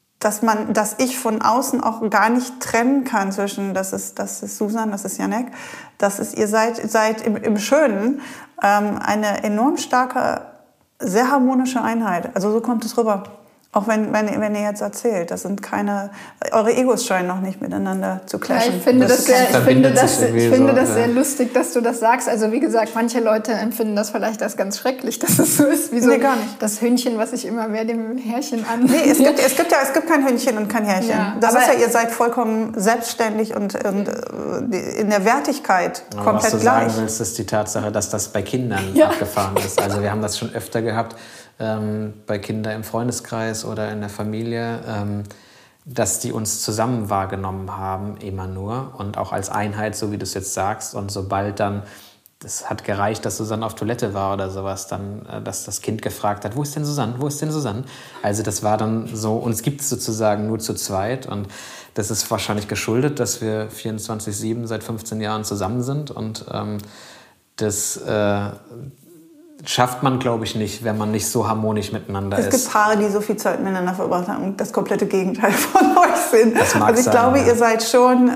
ich von außen auch gar nicht trennen kann zwischen, das ist Susan, das ist Janek, ihr seid im Schönen eine enorm starke, sehr harmonische Einheit. Also so kommt es rüber. Auch wenn ihr jetzt erzählt, eure Egos scheinen noch nicht miteinander zu clashen. Ja, ich finde das sehr lustig, dass du das sagst. Also wie gesagt, manche Leute empfinden das vielleicht als ganz schrecklich, dass es so ist. Wie so gar nicht. Das Hündchen, was ich immer mehr dem Herrchen an. Nee, es gibt kein Hündchen und kein Herrchen. Ja, ihr seid vollkommen selbstständig und in der Wertigkeit komplett was du gleich. sagen willst, ist die Tatsache, dass das bei Kindern abgefahren ist. Also wir haben das schon öfter gehabt, bei Kindern im Freundeskreis oder in der Familie, dass die uns zusammen wahrgenommen haben, immer nur und auch als Einheit, so wie du es jetzt sagst. Und sobald dann, das hat gereicht, dass Susanne auf Toilette war oder sowas, dann, dass das Kind gefragt hat, wo ist denn Susanne, wo ist denn Susanne? Also das war dann so, uns gibt es sozusagen nur zu zweit und das ist wahrscheinlich geschuldet, dass wir 24/7 seit 15 Jahren zusammen sind und das schafft man, glaube ich, nicht, wenn man nicht so harmonisch miteinander ist. Es gibt Paare, die so viel Zeit miteinander verbracht haben und das komplette Gegenteil von euch sind. Das mag also ich sein, glaube, ihr seid schon,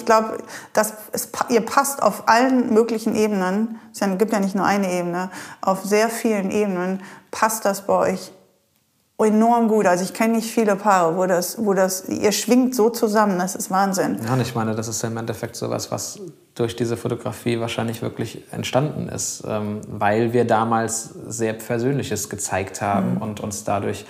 ihr passt auf allen möglichen Ebenen, es gibt ja nicht nur eine Ebene, auf sehr vielen Ebenen passt das bei euch enorm gut. Also ich kenne nicht viele Paare, wo ihr schwingt so zusammen, das ist Wahnsinn. Ja, und ich meine, das ist ja im Endeffekt sowas, was durch diese Fotografie wahrscheinlich wirklich entstanden ist, weil wir damals sehr Persönliches gezeigt haben und uns dadurch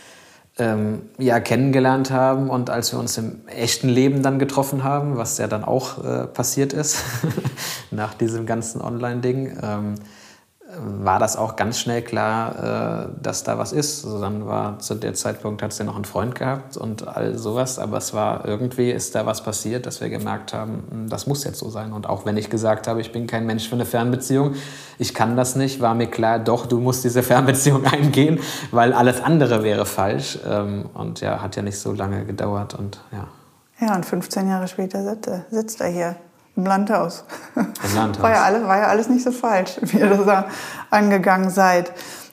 kennengelernt haben. Und als wir uns im echten Leben dann getroffen haben, was ja dann auch passiert ist, nach diesem ganzen Online-Ding, war das auch ganz schnell klar, dass da was ist. Also dann war zu der Zeitpunkt, hat sie noch einen Freund gehabt und all sowas, aber es war irgendwie, ist da was passiert, dass wir gemerkt haben, das muss jetzt so sein. Und auch wenn ich gesagt habe, ich bin kein Mensch für eine Fernbeziehung, ich kann das nicht, war mir klar, doch, du musst diese Fernbeziehung eingehen, weil alles andere wäre falsch. Und ja, hat ja nicht so lange gedauert und ja. Ja, und 15 Jahre später sitzt er hier. Im Landhaus. Im Landhaus. War ja alles nicht so falsch, wie ihr das da angegangen seid.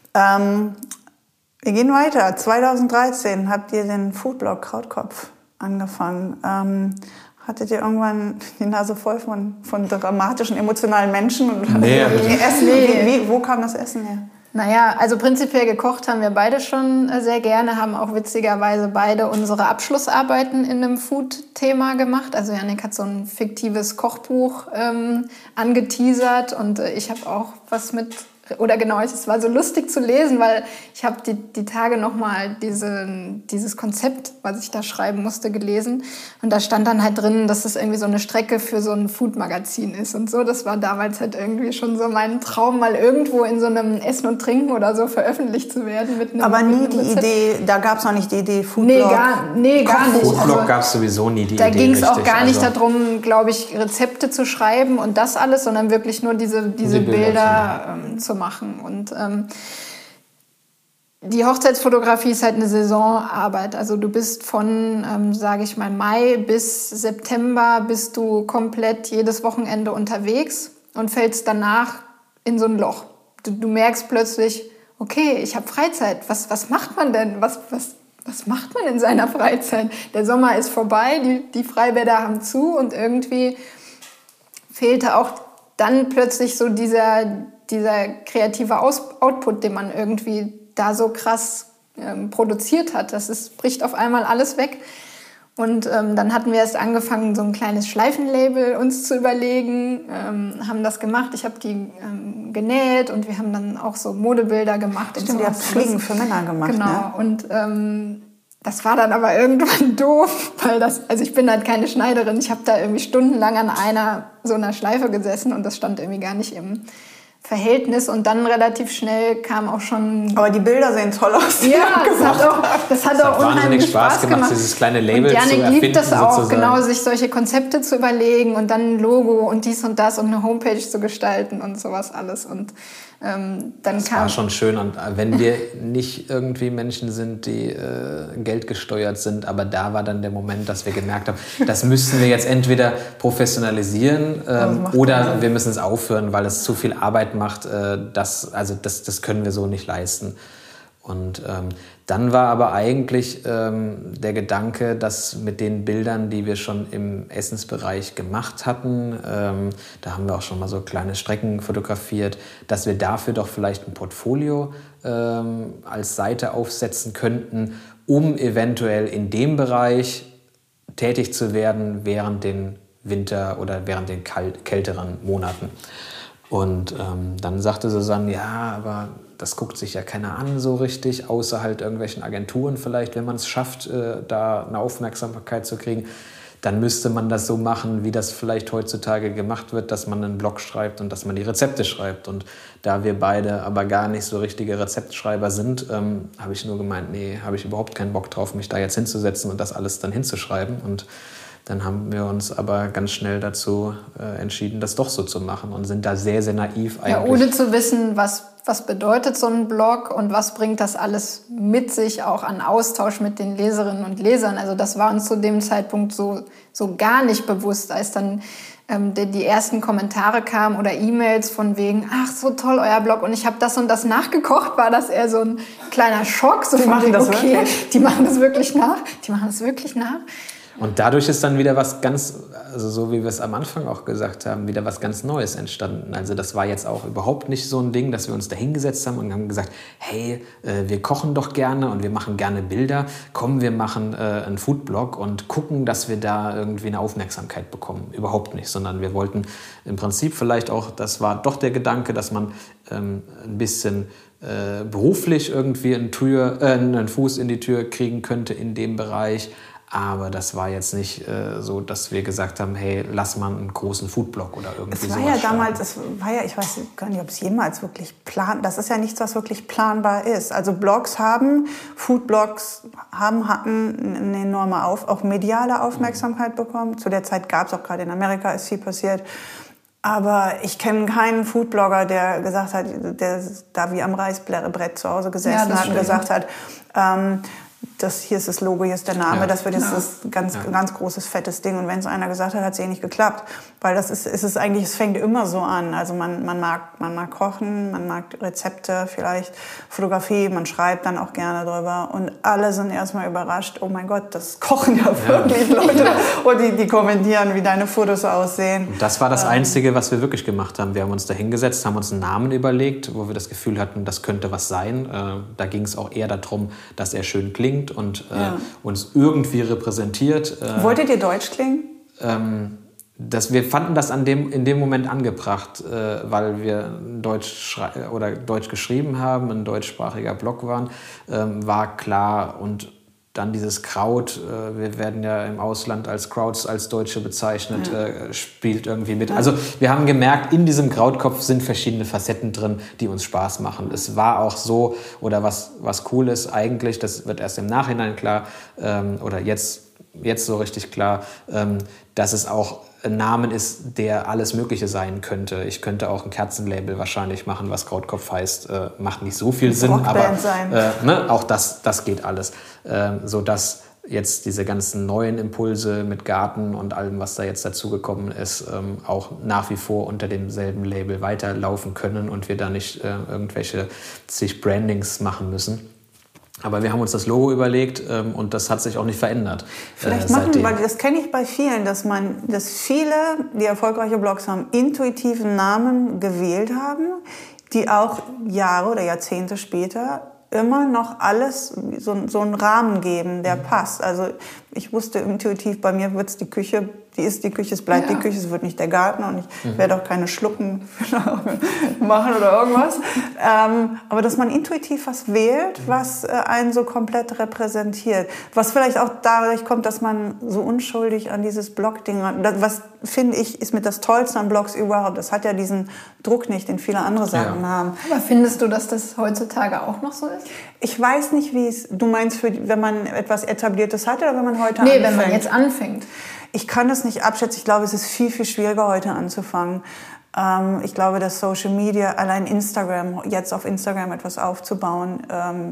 Wir gehen weiter. 2013 habt ihr den Foodblog Krautkopf angefangen. Hattet ihr irgendwann die Nase voll von dramatischen, emotionalen Menschen? Nee. Wo kam das Essen her? Naja, also prinzipiell gekocht haben wir beide schon sehr gerne, haben auch witzigerweise beide unsere Abschlussarbeiten in einem Food-Thema gemacht. Also Jannik hat so ein fiktives Kochbuch angeteasert und ich habe auch was mit... Oder genau, es war so lustig zu lesen, weil ich habe die Tage nochmal dieses Konzept, was ich da schreiben musste, gelesen. Und da stand dann halt drin, dass das irgendwie so eine Strecke für so ein Food-Magazin ist und so. Das war damals halt irgendwie schon so mein Traum, mal irgendwo in so einem Essen und Trinken oder so veröffentlicht zu werden. Aber nie die Idee, da gab es noch nicht die Idee Foodblog? Nee, gar nicht. Foodblog also, gab es sowieso nie die da Idee. Da ging es auch gar nicht darum, glaube ich, Rezepte zu schreiben und das alles, sondern wirklich nur diese Bilder zu machen. Und die Hochzeitsfotografie ist halt eine Saisonarbeit. Also du bist von, sage ich mal, Mai bis September bist du komplett jedes Wochenende unterwegs und fällst danach in so ein Loch. Du merkst plötzlich, okay, ich habe Freizeit. Was macht man denn? Was macht man in seiner Freizeit? Der Sommer ist vorbei, die Freibäder haben zu und irgendwie fehlte auch dann plötzlich so dieser kreative Output, den man irgendwie da so krass produziert hat. Bricht auf einmal alles weg. Und dann hatten wir erst angefangen, so ein kleines Schleifenlabel uns zu überlegen, haben das gemacht. Ich habe die genäht und wir haben dann auch so Modebilder gemacht. Stimmt, ihr habt Fliegen für Männer gemacht. Genau, ne? Und das war dann aber irgendwann doof, weil also ich bin halt keine Schneiderin. Ich habe da irgendwie stundenlang an so einer Schleife gesessen und das stand irgendwie gar nicht im Verhältnis und dann relativ schnell kam auch schon... Aber die Bilder sehen toll aus. Ja, das hat auch unheimlich Spaß gemacht. Dieses kleine Label und zu erfinden. Janik liebt das auch, sozusagen. genau, sich solche Konzepte zu überlegen und dann ein Logo und dies und das und eine Homepage zu gestalten und sowas alles. Und dann das war schon schön. Und wenn wir nicht irgendwie Menschen sind, die geldgesteuert sind, aber da war dann der Moment, dass wir gemerkt haben, das müssten wir jetzt entweder professionalisieren oder wir müssen es aufhören, weil es zu viel Arbeit macht. Das können wir so nicht leisten. Und dann war aber eigentlich der Gedanke, dass mit den Bildern, die wir schon im Essensbereich gemacht hatten, da haben wir auch schon mal so kleine Strecken fotografiert, dass wir dafür doch vielleicht ein Portfolio als Seite aufsetzen könnten, um eventuell in dem Bereich tätig zu werden während den Winter- oder während den kälteren Monaten. Und dann sagte Susanne, ja, aber das guckt sich ja keiner an so richtig, außer halt irgendwelchen Agenturen vielleicht, wenn man es schafft, da eine Aufmerksamkeit zu kriegen. Dann müsste man das so machen, wie das vielleicht heutzutage gemacht wird, dass man einen Blog schreibt und dass man die Rezepte schreibt. Und da wir beide aber gar nicht so richtige Rezeptschreiber sind, habe ich nur gemeint, nee, habe ich überhaupt keinen Bock drauf, mich da jetzt hinzusetzen und das alles dann hinzuschreiben. Und dann haben wir uns aber ganz schnell dazu entschieden, das doch so zu machen und sind da sehr, sehr naiv eigentlich. Ja, ohne zu wissen, was bedeutet so ein Blog und was bringt das alles mit sich, auch an Austausch mit den Leserinnen und Lesern. Also das war uns zu dem Zeitpunkt so gar nicht bewusst, als dann die ersten Kommentare kamen oder E-Mails von wegen, ach, so toll, euer Blog und ich habe das und das nachgekocht, war das eher so ein kleiner Schock. So die machen das wirklich? Die machen das wirklich nach? Die machen das wirklich nach? Und dadurch ist dann wieder was ganz, also so wie wir es am Anfang auch gesagt haben, wieder was ganz Neues entstanden. Also das war jetzt auch überhaupt nicht so ein Ding, dass wir uns da hingesetzt haben und haben gesagt, hey, wir kochen doch gerne und wir machen gerne Bilder. Komm, wir machen einen Foodblog und gucken, dass wir da irgendwie eine Aufmerksamkeit bekommen. Überhaupt nicht, sondern wir wollten im Prinzip vielleicht auch, das war doch der Gedanke, dass man ein bisschen beruflich irgendwie einen Fuß in die Tür kriegen könnte in dem Bereich. Aber das war jetzt nicht so, dass wir gesagt haben, hey, lass mal einen großen Foodblog oder irgendwie sowas. Es war ja damals, ich weiß gar nicht, ob es jemals wirklich das ist ja nichts, was wirklich planbar ist. Also Foodblogs hatten eine enorme, auch mediale Aufmerksamkeit bekommen. Zu der Zeit gab es auch gerade in Amerika, ist viel passiert. Aber ich kenne keinen Foodblogger, der gesagt hat, der da wie am Reißbrett zu Hause gesessen hat und gesagt hat, hier ist das Logo, hier ist der Name, das wird jetzt das ganz großes, fettes Ding. Und wenn es einer gesagt hat, hat es eh nicht geklappt. Weil es fängt immer so an. Also man mag kochen, man mag Rezepte, vielleicht Fotografie, man schreibt dann auch gerne drüber. Und alle sind erstmal überrascht, oh mein Gott, das kochen ja wirklich Leute. Und die kommentieren, wie deine Fotos aussehen. Und das war das Einzige, was wir wirklich gemacht haben. Wir haben uns da hingesetzt, haben uns einen Namen überlegt, wo wir das Gefühl hatten, das könnte was sein. Da ging es auch eher darum, dass er schön klingt und uns irgendwie repräsentiert. Wolltet ihr deutsch klingen? Wir fanden das in dem Moment angebracht, weil wir Deutsch geschrieben haben, ein deutschsprachiger Blog waren, war klar. Und dann dieses Kraut, wir werden ja im Ausland als Krauts, als Deutsche bezeichnet, spielt irgendwie mit. Also wir haben gemerkt, in diesem Krautkopf sind verschiedene Facetten drin, die uns Spaß machen. Es war auch so, oder was cool ist eigentlich, das wird erst im Nachhinein klar, oder jetzt so richtig klar, dass es auch ein Name ist, der alles Mögliche sein könnte. Ich könnte auch ein Kerzenlabel wahrscheinlich machen, was Krautkopf heißt. Macht nicht so viel Sinn, aber auch das geht alles. Sodass jetzt diese ganzen neuen Impulse mit Garten und allem, was da jetzt dazugekommen ist, auch nach wie vor unter demselben Label weiterlaufen können und wir da nicht irgendwelche zig Brandings machen müssen. Aber wir haben uns das Logo überlegt und das hat sich auch nicht verändert. Vielleicht weil das kenne ich bei vielen, dass viele, die erfolgreiche Blogs haben, intuitiven Namen gewählt haben, die auch Jahre oder Jahrzehnte später immer noch alles so einen Rahmen geben, der passt. Also ich wusste intuitiv, bei mir wird's die Küche, es bleibt die Küche, es wird nicht der Garten und ich werde auch keine Schlucken machen oder irgendwas. Aber dass man intuitiv was wählt, was einen so komplett repräsentiert. Was vielleicht auch dadurch kommt, dass man so unschuldig an dieses Blog-Ding hat. Was, finde ich, ist mit das Tollste an Blogs überhaupt. Das hat ja diesen Druck nicht, den viele andere Sachen haben. Aber findest du, dass das heutzutage auch noch so ist? Ich weiß nicht, du meinst, wenn man etwas Etabliertes hat oder wenn man heute anfängt? Nee, wenn man jetzt anfängt. Ich kann das nicht abschätzen. Ich glaube, es ist viel, viel schwieriger, heute anzufangen. Ich glaube, dass Social Media, allein jetzt auf Instagram etwas aufzubauen,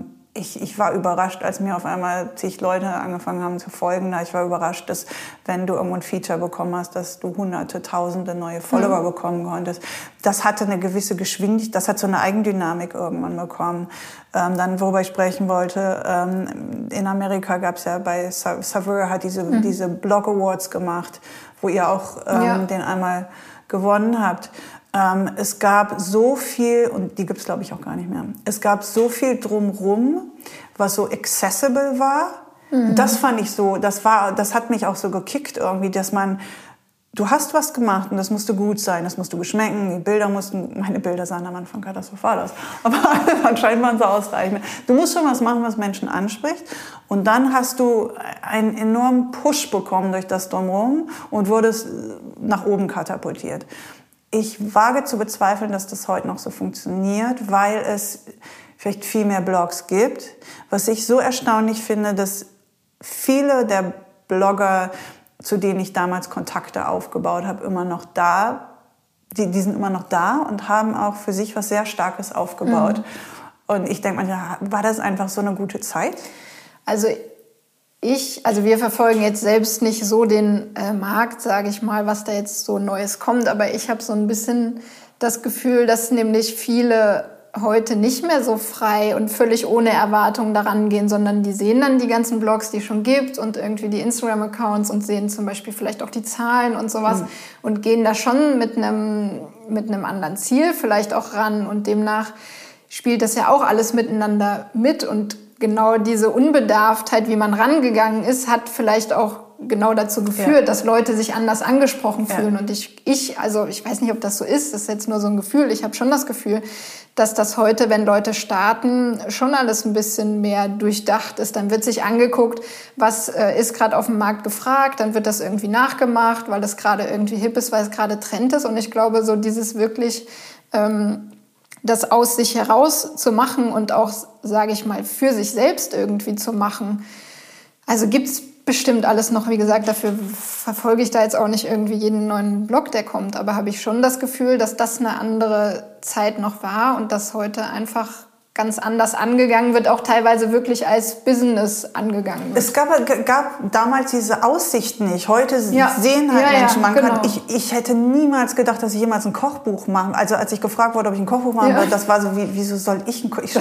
ich war überrascht, als mir auf einmal zig Leute angefangen haben zu folgen. Ich war überrascht, dass, wenn du irgendwo ein Feature bekommen hast, dass du Hunderte, Tausende neue Follower bekommen konntest. Das hatte eine gewisse Geschwindigkeit, das hat so eine Eigendynamik irgendwann bekommen. Dann, worüber ich sprechen wollte, in Amerika gab es ja bei Saveur hat diese Blog Awards gemacht, wo ihr auch den einmal gewonnen habt. Es gab so viel, und die gibt's glaube ich auch gar nicht mehr, es gab so viel drumrum, was so accessible war. Das fand ich so, das hat mich auch so gekickt irgendwie, dass du hast was gemacht und das musste gut sein, das musste geschmecken, meine Bilder sahen am Anfang katastrophal aus, aber anscheinend waren sie ausreichend. Du musst schon was machen, was Menschen anspricht und dann hast du einen enormen Push bekommen durch das Drumherum und wurdest nach oben katapultiert. Ich wage zu bezweifeln, dass das heute noch so funktioniert, weil es vielleicht viel mehr Blogs gibt. Was ich so erstaunlich finde, dass viele der Blogger, zu denen ich damals Kontakte aufgebaut habe, immer noch da. Die sind immer noch da und haben auch für sich was sehr Starkes aufgebaut. Und ich denke manchmal, war das einfach so eine gute Zeit? Also wir verfolgen jetzt selbst nicht so den Markt, sage ich mal, was da jetzt so Neues kommt. Aber ich habe so ein bisschen das Gefühl, dass nämlich viele heute nicht mehr so frei und völlig ohne Erwartung daran gehen, sondern die sehen dann die ganzen Blogs, die es schon gibt und irgendwie die Instagram-Accounts und sehen zum Beispiel vielleicht auch die Zahlen und sowas und gehen da schon mit einem anderen Ziel vielleicht auch ran. Und demnach spielt das ja auch alles miteinander mit und genau diese Unbedarftheit, wie man rangegangen ist, hat vielleicht auch genau dazu geführt, dass Leute sich anders angesprochen fühlen. Und ich weiß nicht, ob das so ist, das ist jetzt nur so ein Gefühl. Ich habe schon das Gefühl, dass das heute, wenn Leute starten, schon alles ein bisschen mehr durchdacht ist. Dann wird sich angeguckt, was ist gerade auf dem Markt gefragt, dann wird das irgendwie nachgemacht, weil das gerade irgendwie hip ist, weil es gerade Trend ist. Und ich glaube, so dieses wirklich das aus sich heraus zu machen und auch, sage ich mal, für sich selbst irgendwie zu machen. Also gibt's bestimmt alles noch, wie gesagt, dafür verfolge ich da jetzt auch nicht irgendwie jeden neuen Blog, der kommt, aber habe ich schon das Gefühl, dass das eine andere Zeit noch war und dass heute einfach ganz anders angegangen wird, auch teilweise wirklich als Business angegangen wird. Es gab damals diese Aussicht nicht. Heute sehen halt Menschen, ich hätte niemals gedacht, dass ich jemals ein Kochbuch mache. Also als ich gefragt wurde, ob ich ein Kochbuch machen will, das war so, wieso soll ich ein Kochbuch?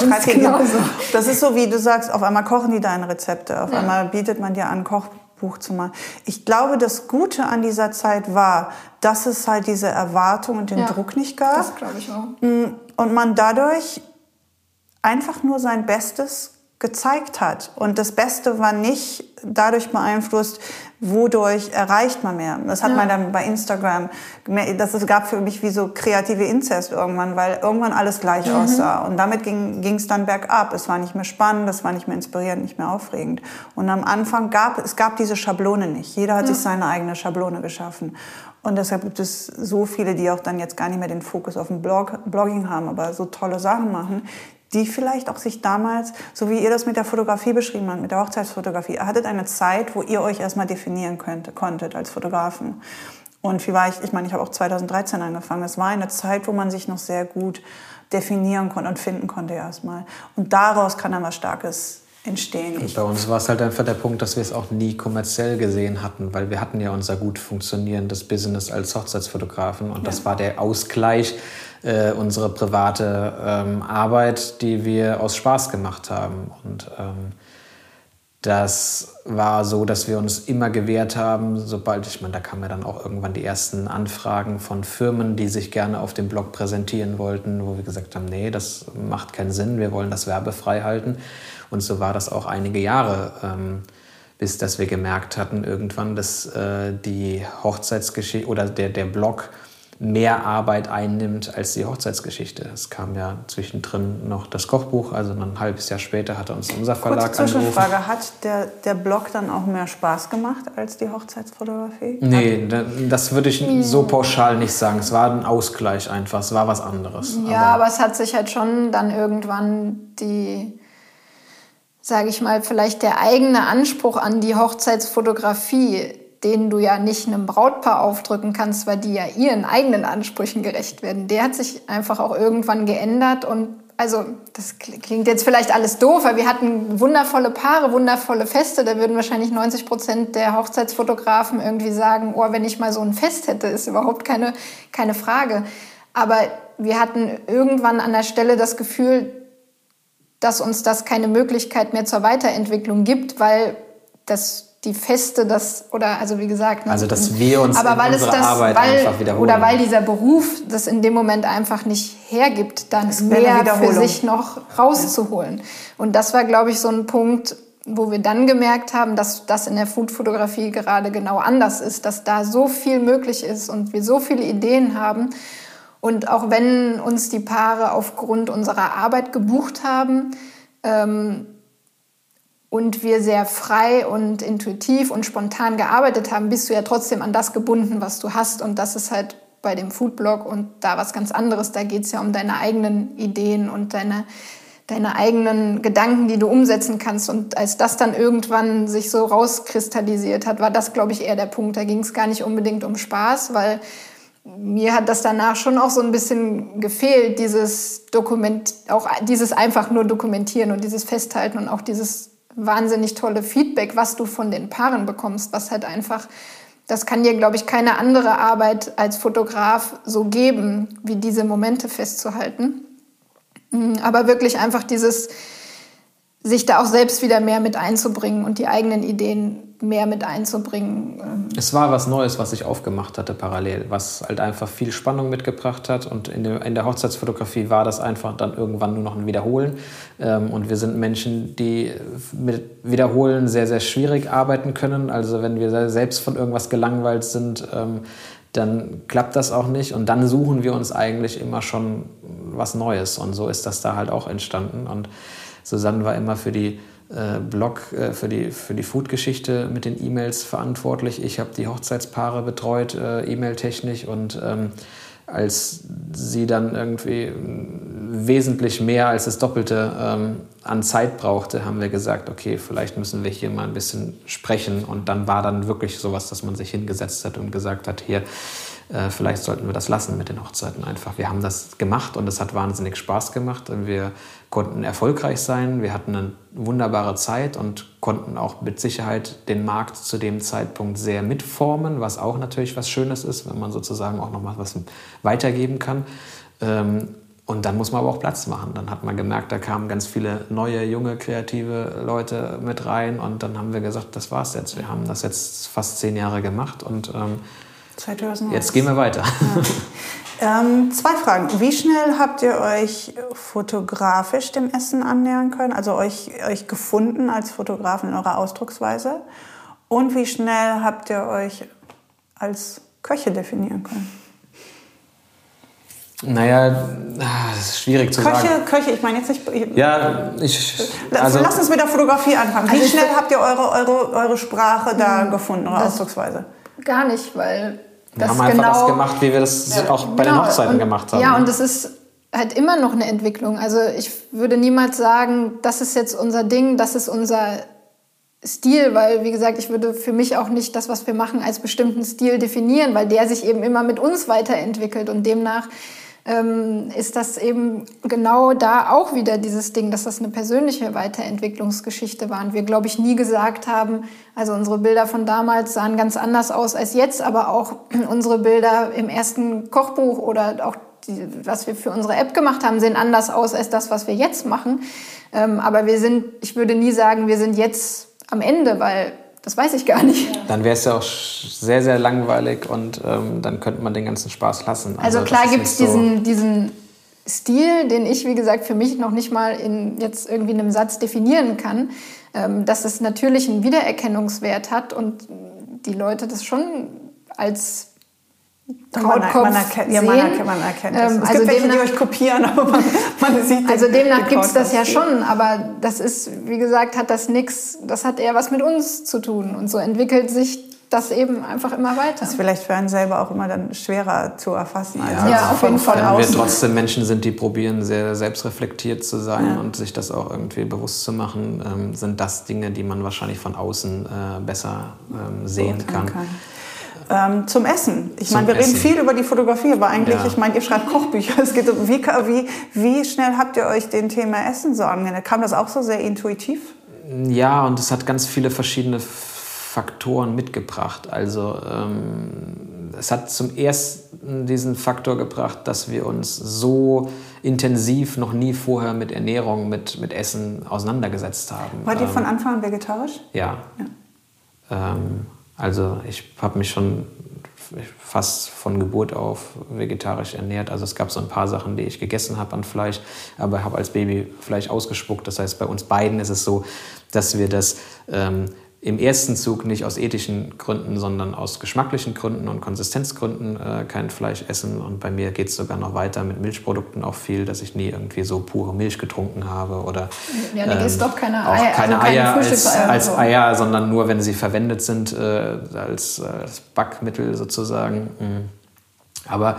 Das ist so, wie du sagst, auf einmal kochen die deine Rezepte, auf einmal bietet man dir an, ein Kochbuch zu machen. Ich glaube, das Gute an dieser Zeit war, dass es halt diese Erwartung und den Druck nicht gab. Das glaube ich auch. Und man dadurch einfach nur sein Bestes gezeigt hat. Und das Beste war nicht dadurch beeinflusst, wodurch erreicht man mehr. Das hat man dann bei Instagram gemerkt. Das gab für mich wie so kreative Inzest irgendwann, weil irgendwann alles gleich aussah. Und damit ging es dann bergab. Es war nicht mehr spannend, es war nicht mehr inspirierend, nicht mehr aufregend. Und am Anfang gab diese Schablone nicht. Jeder hat sich seine eigene Schablone geschaffen. Und deshalb gibt es so viele, die auch dann jetzt gar nicht mehr den Fokus auf dem Blogging haben, aber so tolle Sachen machen, die vielleicht auch sich damals, so wie ihr das mit der Fotografie beschrieben habt, mit der Hochzeitsfotografie, ihr hattet eine Zeit, wo ihr euch erstmal definieren konntet als Fotografen. Und wie war ich meine, ich habe auch 2013 angefangen. Es war eine Zeit, wo man sich noch sehr gut definieren konnte und finden konnte erstmal. Und daraus kann dann was Starkes entstehen. Und bei uns war es halt einfach der Punkt, dass wir es auch nie kommerziell gesehen hatten, weil wir hatten ja unser gut funktionierendes Business als Hochzeitsfotografen und das war der Ausgleich, unsere private Arbeit, die wir aus Spaß gemacht haben. Und das war so, dass wir uns immer gewehrt haben, da kamen ja dann auch irgendwann die ersten Anfragen von Firmen, die sich gerne auf dem Blog präsentieren wollten, wo wir gesagt haben, nee, das macht keinen Sinn, wir wollen das werbefrei halten. Und so war das auch einige Jahre, bis dass wir gemerkt hatten irgendwann, dass die Hochzeitsgeschichte oder der Blog mehr Arbeit einnimmt als die Hochzeitsgeschichte. Es kam ja zwischendrin noch das Kochbuch, also ein halbes Jahr später hatte uns unser Verlag angerufen. Kurze Zwischenfrage, hat der Blog dann auch mehr Spaß gemacht als die Hochzeitsfotografie? Nee, das würde ich so pauschal nicht sagen. Es war ein Ausgleich einfach, es war was anderes. Ja, aber es hat sich halt schon dann irgendwann sage ich mal, vielleicht der eigene Anspruch an die Hochzeitsfotografie, den du ja nicht einem Brautpaar aufdrücken kannst, weil die ja ihren eigenen Ansprüchen gerecht werden, der hat sich einfach auch irgendwann geändert. Und also das klingt jetzt vielleicht alles doof, weil wir hatten wundervolle Paare, wundervolle Feste. Da würden wahrscheinlich 90% der Hochzeitsfotografen irgendwie sagen, oh, wenn ich mal so ein Fest hätte, ist überhaupt keine Frage. Aber wir hatten irgendwann an der Stelle das Gefühl, dass uns das keine Möglichkeit mehr zur Weiterentwicklung gibt, weil die Feste, also wie gesagt... Also dass wir uns in unserer Arbeit einfach wiederholen. Oder weil dieser Beruf das in dem Moment einfach nicht hergibt, dann mehr für sich noch rauszuholen. Und das war, glaube ich, so ein Punkt, wo wir dann gemerkt haben, dass das in der Foodfotografie gerade genau anders ist, dass da so viel möglich ist und wir so viele Ideen haben. Und auch wenn uns die Paare aufgrund unserer Arbeit gebucht haben und wir sehr frei und intuitiv und spontan gearbeitet haben, bist du ja trotzdem an das gebunden, was du hast. Und das ist halt bei dem Foodblog und da was ganz anderes. Da geht es ja um deine eigenen Ideen und deine eigenen Gedanken, die du umsetzen kannst. Und als das dann irgendwann sich so rauskristallisiert hat, war das, glaube ich, eher der Punkt. Da ging es gar nicht unbedingt um Spaß, weil mir hat das danach schon auch so ein bisschen gefehlt, dieses einfach nur Dokumentieren und dieses Festhalten und auch dieses wahnsinnig tolle Feedback, was du von den Paaren bekommst, was halt einfach, das kann dir, glaube ich, keine andere Arbeit als Fotograf so geben, wie diese Momente festzuhalten. Aber wirklich einfach dieses, sich da auch selbst wieder mehr mit einzubringen und die eigenen Ideen mehr mit einzubringen. Es war was Neues, was ich aufgemacht hatte parallel, was halt einfach viel Spannung mitgebracht hat. Und in der Hochzeitsfotografie war das einfach dann irgendwann nur noch ein Wiederholen. Und wir sind Menschen, die mit Wiederholen sehr, sehr schwierig arbeiten können. Also wenn wir selbst von irgendwas gelangweilt sind, dann klappt das auch nicht. Und dann suchen wir uns eigentlich immer schon was Neues. Und so ist das da halt auch entstanden. Und Susanne war immer für die Blog, für die Food-Geschichte mit den E-Mails verantwortlich. Ich habe die Hochzeitspaare betreut, E-Mail-technisch. Und als sie dann irgendwie wesentlich mehr als das Doppelte an Zeit brauchte, haben wir gesagt, okay, vielleicht müssen wir hier mal ein bisschen sprechen. Und dann war dann wirklich sowas, dass man sich hingesetzt hat und gesagt hat, hier, vielleicht sollten wir das lassen mit den Hochzeiten einfach. Wir haben das gemacht und es hat wahnsinnig Spaß gemacht. Wir konnten erfolgreich sein, wir hatten eine wunderbare Zeit und konnten auch mit Sicherheit den Markt zu dem Zeitpunkt sehr mitformen, was auch natürlich was Schönes ist, wenn man sozusagen auch noch mal was weitergeben kann. Und dann muss man aber auch Platz machen. Dann hat man gemerkt, da kamen ganz viele neue, junge, kreative Leute mit rein und dann haben wir gesagt, das war's jetzt. Wir haben das jetzt fast 10 Jahre gemacht und jetzt gehen wir weiter. Ja. 2 Fragen. Wie schnell habt ihr euch fotografisch dem Essen annähern können? Also euch gefunden als Fotografen in eurer Ausdrucksweise? Und wie schnell habt ihr euch als Köche definieren können? Naja, das ist schwierig zu sagen. Köche, ich meine jetzt nicht... Lass uns mit der Fotografie anfangen. Wie schnell habt ihr eure Sprache da gefunden, eure Ausdrucksweise? Gar nicht, weil wir haben einfach das gemacht, wie wir das auch bei den Hochzeiten gemacht haben. Ja, und es ist halt immer noch eine Entwicklung. Also ich würde niemals sagen, das ist jetzt unser Ding, das ist unser Stil, weil, wie gesagt, ich würde für mich auch nicht das, was wir machen, als bestimmten Stil definieren, weil der sich eben immer mit uns weiterentwickelt und demnach ist das eben genau da auch wieder dieses Ding, dass das eine persönliche Weiterentwicklungsgeschichte war. Und wir, glaube ich, nie gesagt haben, also unsere Bilder von damals sahen ganz anders aus als jetzt, aber auch unsere Bilder im ersten Kochbuch oder auch was wir für unsere App gemacht haben, sehen anders aus als das, was wir jetzt machen. Aber ich würde nie sagen, wir sind jetzt am Ende, weil das weiß ich gar nicht. Dann wäre es ja auch sehr, sehr langweilig und dann könnte man den ganzen Spaß lassen. Also klar gibt es diesen Stil, den ich, wie gesagt, für mich noch nicht mal in jetzt irgendwie einem Satz definieren kann, dass es natürlich einen Wiedererkennungswert hat und die Leute das schon als Brautkopf man erkennt es. Es gibt welche, die euch kopieren, aber man sieht also demnach gibt es das ja schon, aber das ist, wie gesagt, hat das nichts, das hat eher was mit uns zu tun und so entwickelt sich das eben einfach immer weiter. Das ist vielleicht für einen selber auch immer dann schwerer zu erfassen. Ja, auf jeden Fall. Wenn wir trotzdem Menschen sind, die probieren, sehr selbstreflektiert zu sein und sich das auch irgendwie bewusst zu machen, sind das Dinge, die man wahrscheinlich von außen besser sehen kann. Zum Essen. Ich meine, wir reden viel über die Fotografie, aber eigentlich, ich meine, ihr schreibt Kochbücher. Es geht um, wie schnell habt ihr euch dem Thema Essen so angenähert? Kam das auch so sehr intuitiv? Ja, und es hat ganz viele verschiedene Faktoren mitgebracht. Also es hat zum ersten diesen Faktor gebracht, dass wir uns so intensiv noch nie vorher mit Ernährung, mit Essen auseinandergesetzt haben. Wart ihr von Anfang an vegetarisch? Ja. Also ich habe mich schon fast von Geburt auf vegetarisch ernährt. Also es gab so ein paar Sachen, die ich gegessen habe an Fleisch, aber habe als Baby Fleisch ausgespuckt. Das heißt, bei uns beiden ist es so, dass wir das im ersten Zug nicht aus ethischen Gründen, sondern aus geschmacklichen Gründen und Konsistenzgründen kein Fleisch essen. Und bei mir geht es sogar noch weiter mit Milchprodukten auch viel, dass ich nie irgendwie so pure Milch getrunken habe. Oder, ja, du isst doch keine Eier, auch keine Eier als Eier, sondern nur, wenn sie verwendet sind als Backmittel sozusagen. Aber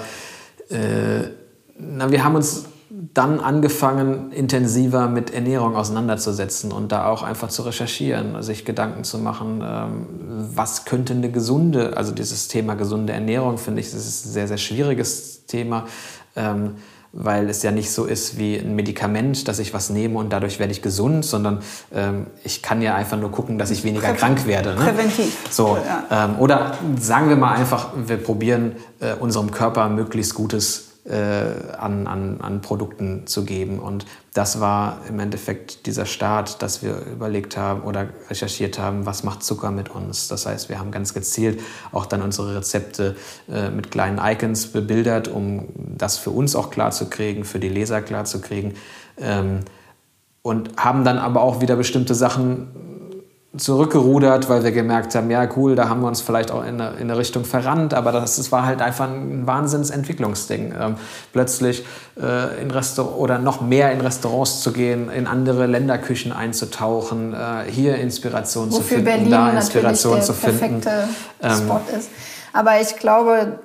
wir haben uns dann angefangen, intensiver mit Ernährung auseinanderzusetzen und da auch einfach zu recherchieren, sich Gedanken zu machen, was könnte eine gesunde, also dieses Thema gesunde Ernährung, finde ich, das ist ein sehr, sehr schwieriges Thema, weil es ja nicht so ist wie ein Medikament, dass ich was nehme und dadurch werde ich gesund, sondern ich kann ja einfach nur gucken, dass ich weniger krank werde. Ne? Präventiv. So, oder sagen wir mal einfach, wir probieren unserem Körper möglichst gutes an Produkten zu geben. Und das war im Endeffekt dieser Start, dass wir überlegt haben oder recherchiert haben, was macht Zucker mit uns. Das heißt, wir haben ganz gezielt auch dann unsere Rezepte mit kleinen Icons bebildert, um das für uns auch klar zu kriegen, für die Leser klar zu kriegen. Und haben dann aber auch wieder bestimmte Sachen zurückgerudert, weil wir gemerkt haben, ja cool, da haben wir uns vielleicht auch in eine Richtung verrannt, aber das war halt einfach ein Wahnsinnsentwicklungsding. Plötzlich oder noch mehr in Restaurants zu gehen, in andere Länderküchen einzutauchen, hier Inspiration zu finden, Berlin da Inspiration zu finden. Wofür Berlin natürlich der perfekte Spot ist. Aber ich glaube,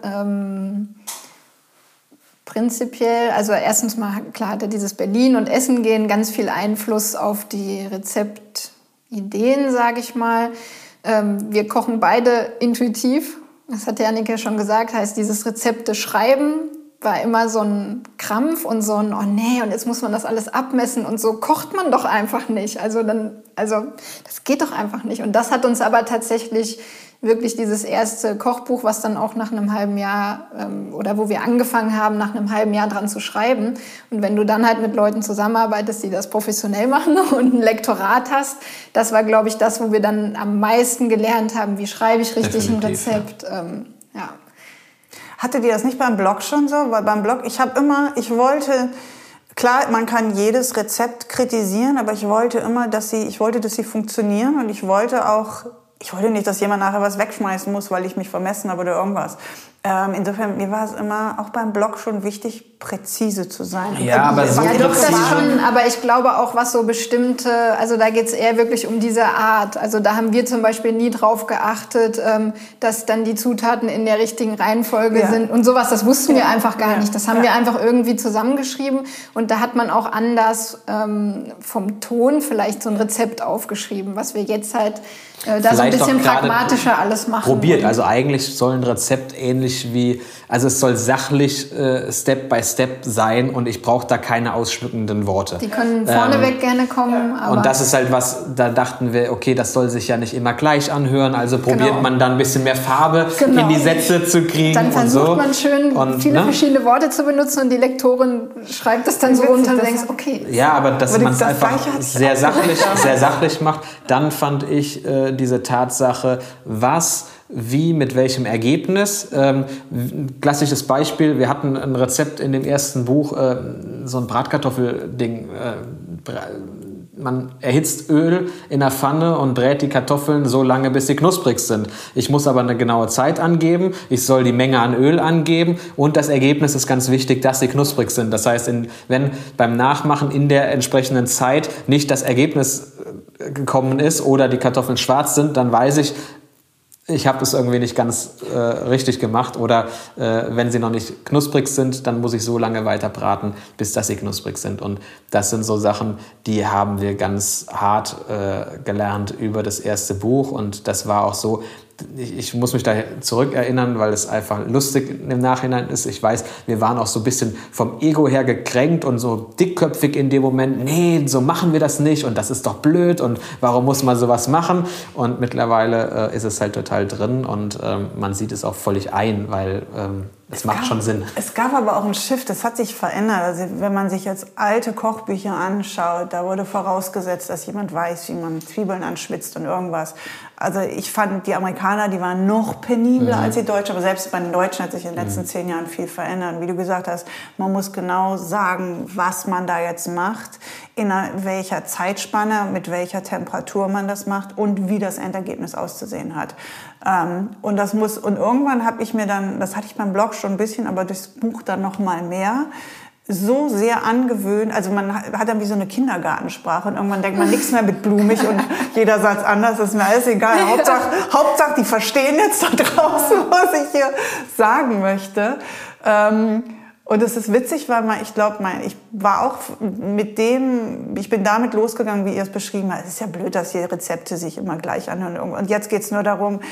prinzipiell, also erstens mal, klar hatte dieses Berlin und Essen gehen ganz viel Einfluss auf die Rezeptideen, sage ich mal. Wir kochen beide intuitiv. Das hat Janneke schon gesagt, heißt dieses Rezepte schreiben war immer so ein Krampf und so ein, oh nee, und jetzt muss man das alles abmessen und so kocht man doch einfach nicht. Also das geht doch einfach nicht. Und das hat uns aber tatsächlich wirklich dieses erste Kochbuch, was dann auch nach einem halben Jahr oder wo wir angefangen haben, nach einem halben Jahr dran zu schreiben. Und wenn du dann halt mit Leuten zusammenarbeitest, die das professionell machen und ein Lektorat hast, das war, glaube ich, das, wo wir dann am meisten gelernt haben, wie schreibe ich richtig ein Rezept. Ja. Hattet ihr das nicht beim Blog schon so? Weil beim Blog, ich wollte, klar, man kann jedes Rezept kritisieren, aber ich wollte immer, dass sie funktionieren und ich wollte nicht, dass jemand nachher was wegschmeißen muss, weil ich mich vermessen habe oder irgendwas. Insofern, mir war es immer auch beim Blog schon wichtig, präzise zu sein. Ja, aber so ja, doch, das schon, aber ich glaube auch, was so bestimmte, also da geht es eher wirklich um diese Art. Also da haben wir zum Beispiel nie drauf geachtet, dass dann die Zutaten in der richtigen Reihenfolge sind und sowas. Das wussten wir einfach gar nicht. Das haben wir einfach irgendwie zusammengeschrieben und da hat man auch anders vom Ton vielleicht so ein Rezept aufgeschrieben, was wir jetzt halt da so ein bisschen pragmatischer alles machen. Probiert. Also eigentlich soll ein Rezept ähnlich also es soll sachlich Step by Step sein und ich brauche da keine ausschmückenden Worte. Die können vorneweg gerne kommen. Aber und das ist halt was, da dachten wir, okay, das soll sich ja nicht immer gleich anhören, also probiert man dann ein bisschen mehr Farbe in die Sätze zu kriegen. Dann versucht und so. man schön viele verschiedene Worte zu benutzen und die Lektorin schreibt das dann so runter und du denkst, okay. Ja, aber dass man es einfach sehr sachlich macht. Dann fand ich diese Tatsache, wie, mit welchem Ergebnis. Klassisches Beispiel, wir hatten ein Rezept in dem ersten Buch, so ein Bratkartoffelding. Man erhitzt Öl in der Pfanne und brät die Kartoffeln so lange, bis sie knusprig sind. Ich muss aber eine genaue Zeit angeben, ich soll die Menge an Öl angeben und das Ergebnis ist ganz wichtig, dass sie knusprig sind. Das heißt, wenn beim Nachmachen in der entsprechenden Zeit nicht das Ergebnis gekommen ist oder die Kartoffeln schwarz sind, dann weiß ich habe das irgendwie nicht ganz richtig gemacht oder wenn sie noch nicht knusprig sind, dann muss ich so lange weiter braten, bis dass sie knusprig sind. Und das sind so Sachen, die haben wir ganz hart gelernt über das erste Buch und das war auch so, ich muss mich da zurückerinnern, weil es einfach lustig im Nachhinein ist. Ich weiß, wir waren auch so ein bisschen vom Ego her gekränkt und so dickköpfig in dem Moment. Nee, so machen wir das nicht und das ist doch blöd und warum muss man sowas machen? Und mittlerweile ist es halt total drin und man sieht es auch völlig ein, weil es macht schon Sinn. Es gab aber auch ein Shift, das hat sich verändert. Also wenn man sich jetzt alte Kochbücher anschaut, da wurde vorausgesetzt, dass jemand weiß, wie man Zwiebeln anschwitzt und irgendwas. Also ich fand, die Amerikaner, die waren noch penibler als die Deutschen. Aber selbst bei den Deutschen hat sich in den letzten 10 Jahren viel verändert. Wie du gesagt hast, man muss genau sagen, was man da jetzt macht, in welcher Zeitspanne, mit welcher Temperatur man das macht und wie das Endergebnis auszusehen hat. Und irgendwann habe ich mir dann, das hatte ich beim Blog schon ein bisschen, aber durchs Buch dann noch mal mehr, so sehr angewöhnt, also man hat dann wie so eine Kindergartensprache und irgendwann denkt man nichts mehr mit blumig und jeder Satz anders, ist mir alles egal. Hauptsache, die verstehen jetzt da draußen, was ich hier sagen möchte. Und es ist witzig, weil ich bin damit losgegangen, wie ihr es beschrieben habt. Es ist ja blöd, dass die Rezepte sich immer gleich anhören. Und jetzt geht es nur darum,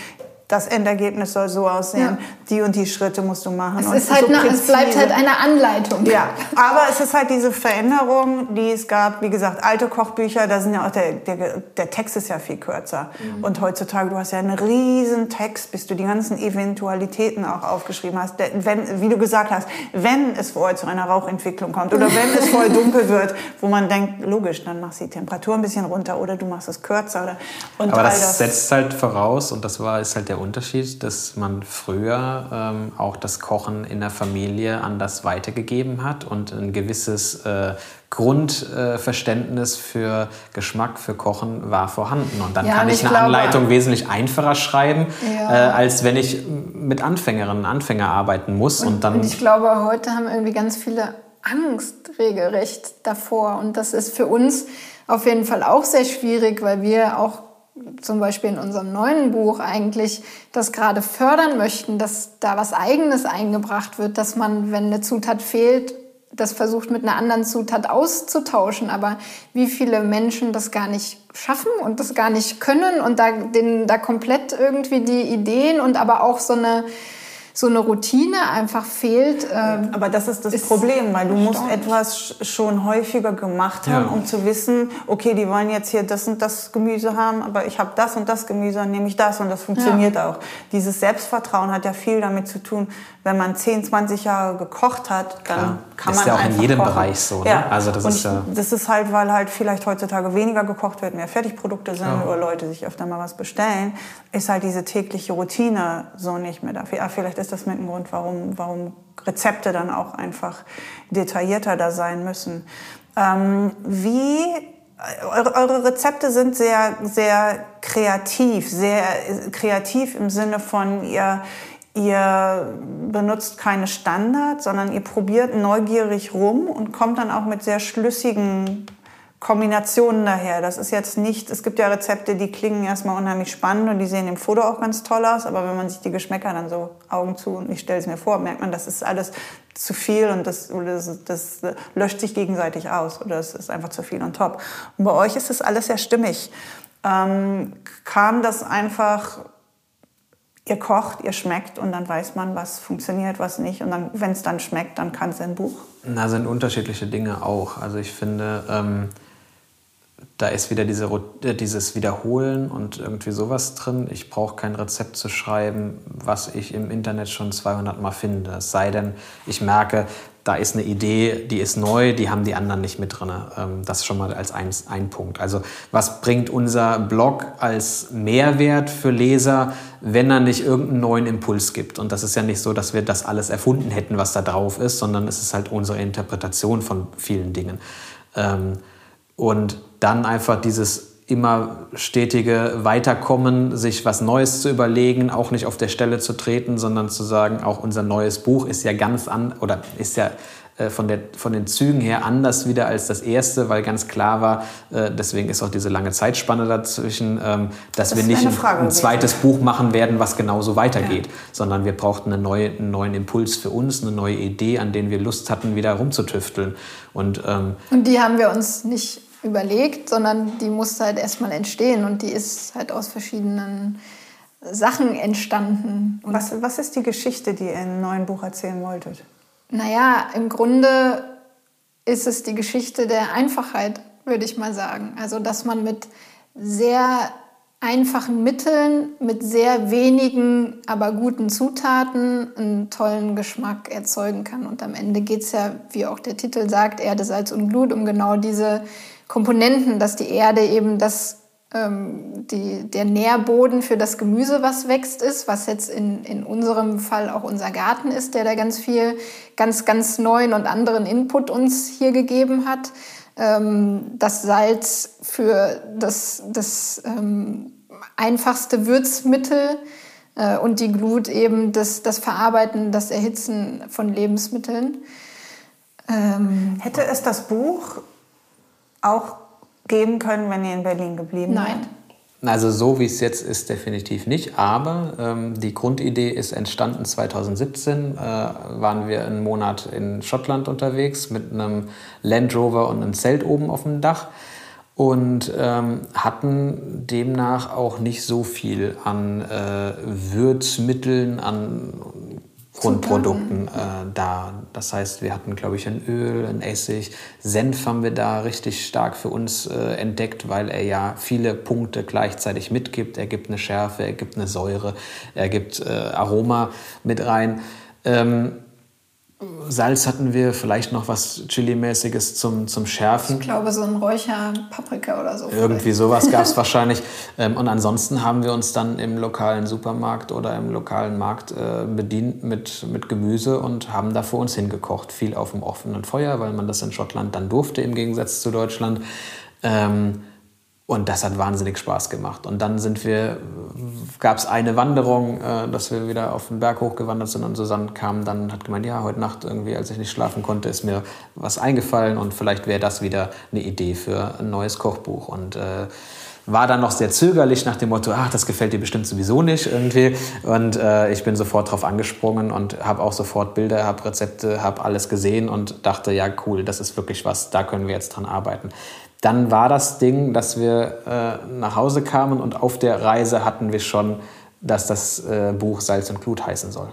das Endergebnis soll so aussehen, die und die Schritte musst du machen. Es bleibt halt eine Anleitung. Ja, aber es ist halt diese Veränderung, die es gab. Wie gesagt, alte Kochbücher, da sind ja auch der Text ist ja viel kürzer. Und heutzutage, du hast ja einen riesen Text, bis du die ganzen Eventualitäten auch aufgeschrieben hast. Wenn, wie du gesagt hast, wenn es vorher zu einer Rauchentwicklung kommt oder wenn es voll dunkel wird, wo man denkt, logisch, dann machst du die Temperatur ein bisschen runter oder du machst es kürzer. Aber das setzt halt voraus, und ist halt der Unterschied, dass man früher auch das Kochen in der Familie anders weitergegeben hat und ein gewisses Grundverständnis für Geschmack, für Kochen war vorhanden. Und dann kann ich eine Anleitung wesentlich einfacher schreiben, als wenn ich mit Anfängerinnen und Anfängern arbeiten muss. Und ich glaube, heute haben irgendwie ganz viele Angst regelrecht davor. Und das ist für uns auf jeden Fall auch sehr schwierig, weil wir auch zum Beispiel in unserem neuen Buch eigentlich das gerade fördern möchten, dass da was Eigenes eingebracht wird, dass man, wenn eine Zutat fehlt, das versucht mit einer anderen Zutat auszutauschen. Aber wie viele Menschen das gar nicht schaffen und das gar nicht können und da komplett irgendwie die Ideen und aber auch so eine Routine einfach fehlt. Aber das ist das Problem, weil du musst etwas schon häufiger gemacht haben, um zu wissen, okay, die wollen jetzt hier das und das Gemüse haben, aber ich habe das und das Gemüse, dann nehme ich das und das funktioniert auch. Dieses Selbstvertrauen hat ja viel damit zu tun, wenn man 10, 20 Jahre gekocht hat, dann kann man einfach kochen. Ist ja auch in jedem Bereich so. Ne? Ja. Also das ist halt, weil halt vielleicht heutzutage weniger gekocht wird, mehr Fertigprodukte sind oder Leute sich öfter mal was bestellen, ist halt diese tägliche Routine so nicht mehr da. Vielleicht ist das mit dem Grund, warum Rezepte dann auch einfach detaillierter da sein müssen. Eure Rezepte sind sehr, sehr kreativ im Sinne von ihr benutzt keine Standards, sondern ihr probiert neugierig rum und kommt dann auch mit sehr schlüssigen Kombinationen daher. Das ist jetzt nicht, es gibt ja Rezepte, die klingen erstmal unheimlich spannend und die sehen im Foto auch ganz toll aus, aber wenn man sich die Geschmäcker dann so Augen zu und ich stelle es mir vor, merkt man, das ist alles zu viel und das löscht sich gegenseitig aus oder es ist einfach zu viel on top. Und bei euch ist das alles sehr stimmig. Kam das einfach, ihr kocht, ihr schmeckt und dann weiß man, was funktioniert, was nicht. Und dann, wenn es dann schmeckt, dann kann es ein Buch. Da sind unterschiedliche Dinge auch. Also ich finde, da ist wieder dieses Wiederholen und irgendwie sowas drin. Ich brauche kein Rezept zu schreiben, was ich im Internet schon 200 Mal finde. Es sei denn, ich merke, da ist eine Idee, die ist neu, die haben die anderen nicht mit drin. Das schon mal als ein Punkt. Also was bringt unser Blog als Mehrwert für Leser, wenn er nicht irgendeinen neuen Impuls gibt? Und das ist ja nicht so, dass wir das alles erfunden hätten, was da drauf ist, sondern es ist halt unsere Interpretation von vielen Dingen. Und dann einfach dieses immer stetige Weiterkommen, sich was Neues zu überlegen, auch nicht auf der Stelle zu treten, sondern zu sagen, auch unser neues Buch ist ja von den Zügen her anders wieder als das erste, weil ganz klar war, deswegen ist auch diese lange Zeitspanne dazwischen, dass wir nicht ein zweites Buch machen werden, was genauso weitergeht, sondern wir brauchten einen neuen Impuls für uns, eine neue Idee, an denen wir Lust hatten, wieder rumzutüfteln. Und die haben wir uns nicht überlegt, sondern die musste halt erstmal entstehen und die ist halt aus verschiedenen Sachen entstanden. Und was ist die Geschichte, die ihr im neuen Buch erzählen wolltet? Naja, im Grunde ist es die Geschichte der Einfachheit, würde ich mal sagen. Also, dass man mit sehr einfachen Mitteln, mit sehr wenigen, aber guten Zutaten einen tollen Geschmack erzeugen kann. Und am Ende geht es ja, wie auch der Titel sagt, Erde, Salz und Glut, um genau diese Komponenten, dass die Erde eben der Nährboden für das Gemüse, was wächst, ist, was jetzt in unserem Fall auch unser Garten ist, der da ganz viel, ganz, ganz neuen und anderen Input uns hier gegeben hat. Das Salz für das einfachste Würzmittel und die Glut eben das Verarbeiten, das Erhitzen von Lebensmitteln. Hätte es das Buch auch geben können, wenn ihr in Berlin geblieben wärt? Nein. Also so wie es jetzt ist, definitiv nicht. Aber die Grundidee ist entstanden 2017. Waren wir einen Monat in Schottland unterwegs mit einem Land Rover und einem Zelt oben auf dem Dach. und hatten demnach auch nicht so viel an Würzmitteln, an Grundprodukten da. Das heißt, wir hatten, glaube ich, ein Öl, ein Essig. Senf haben wir da richtig stark für uns entdeckt, weil er ja viele Punkte gleichzeitig mitgibt. Er gibt eine Schärfe, er gibt eine Säure, er gibt Aroma mit rein. Salz hatten wir, vielleicht noch was Chili-mäßiges zum Schärfen. Ich glaube, so ein Räucherpaprika oder so. Irgendwie sowas gab es wahrscheinlich. Und ansonsten haben wir uns dann im lokalen Supermarkt oder im lokalen Markt bedient mit Gemüse und haben da vor uns hingekocht. Viel auf dem offenen Feuer, weil man das in Schottland dann durfte, im Gegensatz zu Deutschland. Und das hat wahnsinnig Spaß gemacht. Und dann gab es eine Wanderung, dass wir wieder auf den Berg hochgewandert sind und Susanne kam dann und hat gemeint, ja, heute Nacht irgendwie, als ich nicht schlafen konnte, ist mir was eingefallen und vielleicht wäre das wieder eine Idee für ein neues Kochbuch. Und war dann noch sehr zögerlich nach dem Motto, ach, das gefällt dir bestimmt sowieso nicht irgendwie. Und ich bin sofort drauf angesprungen und habe auch sofort Bilder, habe Rezepte, habe alles gesehen und dachte, ja cool, das ist wirklich was, da können wir jetzt dran arbeiten. Dann war das Ding, dass wir nach Hause kamen und auf der Reise hatten wir schon, dass das Buch Salz und Glut heißen soll.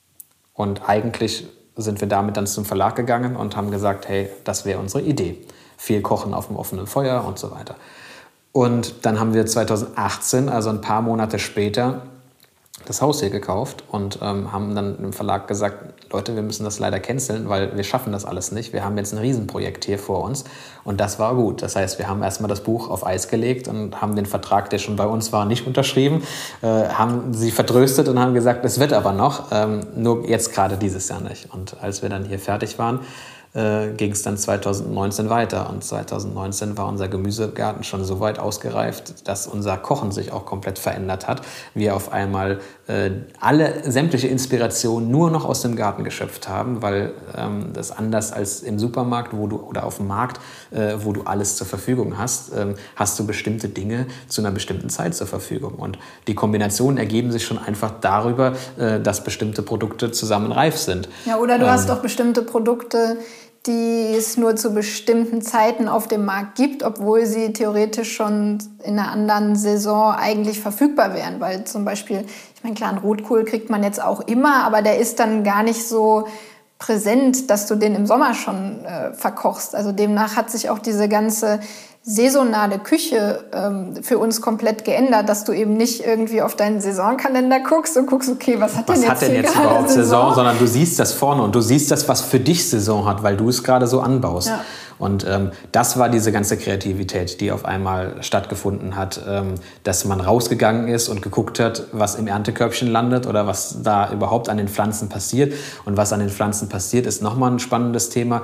Und eigentlich sind wir damit dann zum Verlag gegangen und haben gesagt, hey, das wäre unsere Idee. Viel Kochen auf dem offenen Feuer und so weiter. Und dann haben wir 2018, also ein paar Monate später, das Haus hier gekauft und haben dann im Verlag gesagt, Leute, wir müssen das leider canceln, weil wir schaffen das alles nicht. Wir haben jetzt ein Riesenprojekt hier vor uns und das war gut. Das heißt, wir haben erstmal das Buch auf Eis gelegt und haben den Vertrag, der schon bei uns war, nicht unterschrieben, haben sie vertröstet und haben gesagt, es wird aber noch, nur jetzt gerade dieses Jahr nicht. Und als wir dann hier fertig waren, ging es dann 2019 weiter. Und 2019 war unser Gemüsegarten schon so weit ausgereift, dass unser Kochen sich auch komplett verändert hat. Wir auf einmal sämtliche Inspiration nur noch aus dem Garten geschöpft haben, weil das anders als im Supermarkt oder auf dem Markt, wo du alles zur Verfügung hast, hast du bestimmte Dinge zu einer bestimmten Zeit zur Verfügung. Und die Kombinationen ergeben sich schon einfach darüber, dass bestimmte Produkte zusammen reif sind. Ja, oder du hast auch bestimmte Produkte, die es nur zu bestimmten Zeiten auf dem Markt gibt, obwohl sie theoretisch schon in einer anderen Saison eigentlich verfügbar wären. Weil zum Beispiel, ich meine, klar, einen Rotkohl kriegt man jetzt auch immer, aber der ist dann gar nicht so präsent, dass du den im Sommer schon verkochst. Also demnach hat sich auch diese ganze saisonale Küche für uns komplett geändert, dass du eben nicht irgendwie auf deinen Saisonkalender guckst und guckst, okay, was hat denn jetzt überhaupt Saison, sondern du siehst das vorne und du siehst das, was für dich Saison hat, weil du es gerade so anbaust. Ja. Und das war diese ganze Kreativität, die auf einmal stattgefunden hat, dass man rausgegangen ist und geguckt hat, was im Erntekörbchen landet oder was da überhaupt an den Pflanzen passiert. Und was an den Pflanzen passiert, ist nochmal ein spannendes Thema,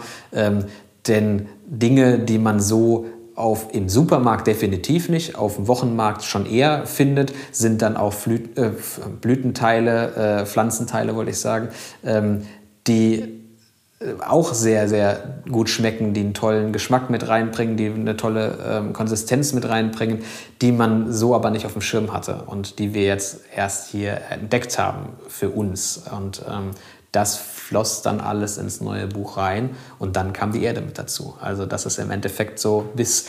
denn Dinge, die man so im Supermarkt definitiv nicht, auf dem Wochenmarkt schon eher findet, sind dann auch Blütenteile, Pflanzenteile, wollte ich sagen, die auch sehr, sehr gut schmecken, die einen tollen Geschmack mit reinbringen, die eine tolle Konsistenz mit reinbringen, die man so aber nicht auf dem Schirm hatte und die wir jetzt erst hier entdeckt haben für uns. Und das floss dann alles ins neue Buch rein und dann kam die Erde mit dazu. Also das ist im Endeffekt so, bis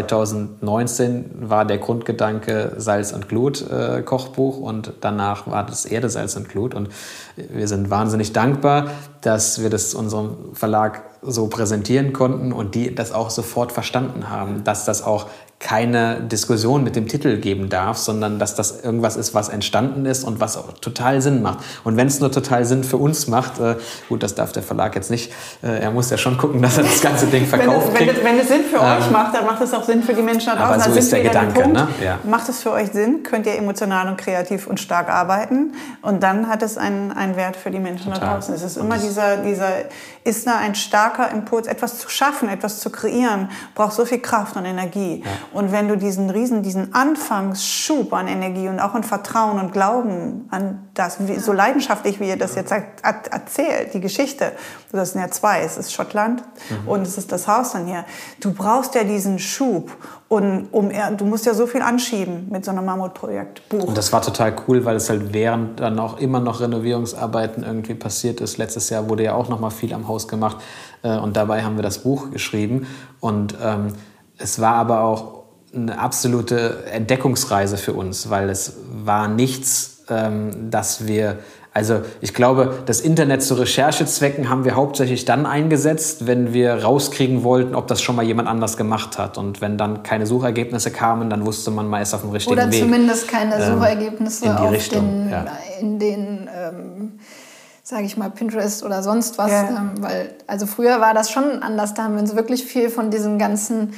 2019 war der Grundgedanke Salz und Glut Kochbuch und danach war das Erde, Salz und Glut und wir sind wahnsinnig dankbar, dass wir das unserem Verlag so präsentieren konnten und die das auch sofort verstanden haben, dass das auch keine Diskussion mit dem Titel geben darf, sondern dass das irgendwas ist, was entstanden ist und was auch total Sinn macht. Und wenn es nur total Sinn für uns macht, gut, das darf der Verlag jetzt nicht, er muss ja schon gucken, dass er das ganze Ding verkauft kriegt. Wenn es Sinn für euch macht, dann macht es auch Sinn für die Menschen da draußen. Aber so ist der Gedanke. Ne? Ja. Macht es für euch Sinn, könnt ihr emotional und kreativ und stark arbeiten und dann hat es einen Wert für die Menschen da draußen. Es ist immer ist da ein starker Impuls, etwas zu schaffen, etwas zu kreieren, braucht so viel Kraft und Energie. Ja. Und wenn du diesen Anfangsschub an Energie und auch an Vertrauen und Glauben an das, so leidenschaftlich, wie ihr das jetzt erzählt, die Geschichte, das sind ja zwei, es ist Schottland und es ist das Haus dann hier. Du brauchst ja diesen Schub und du musst ja so viel anschieben mit so einem Mammutprojektbuch. Und das war total cool, weil es halt während dann auch immer noch Renovierungsarbeiten irgendwie passiert ist. Letztes Jahr wurde ja auch noch mal viel am Haus gemacht und dabei haben wir das Buch geschrieben und es war aber auch eine absolute Entdeckungsreise für uns, weil es war nichts, dass wir... Also ich glaube, das Internet zu Recherchezwecken haben wir hauptsächlich dann eingesetzt, wenn wir rauskriegen wollten, ob das schon mal jemand anders gemacht hat. Und wenn dann keine Suchergebnisse kamen, dann wusste man, man ist auf dem richtigen Weg. Oder zumindest keine Suchergebnisse in die Richtung, in den sage ich mal, Pinterest oder sonst was. Weil, also früher war das schon anders. Da haben wir uns wirklich viel von diesen ganzen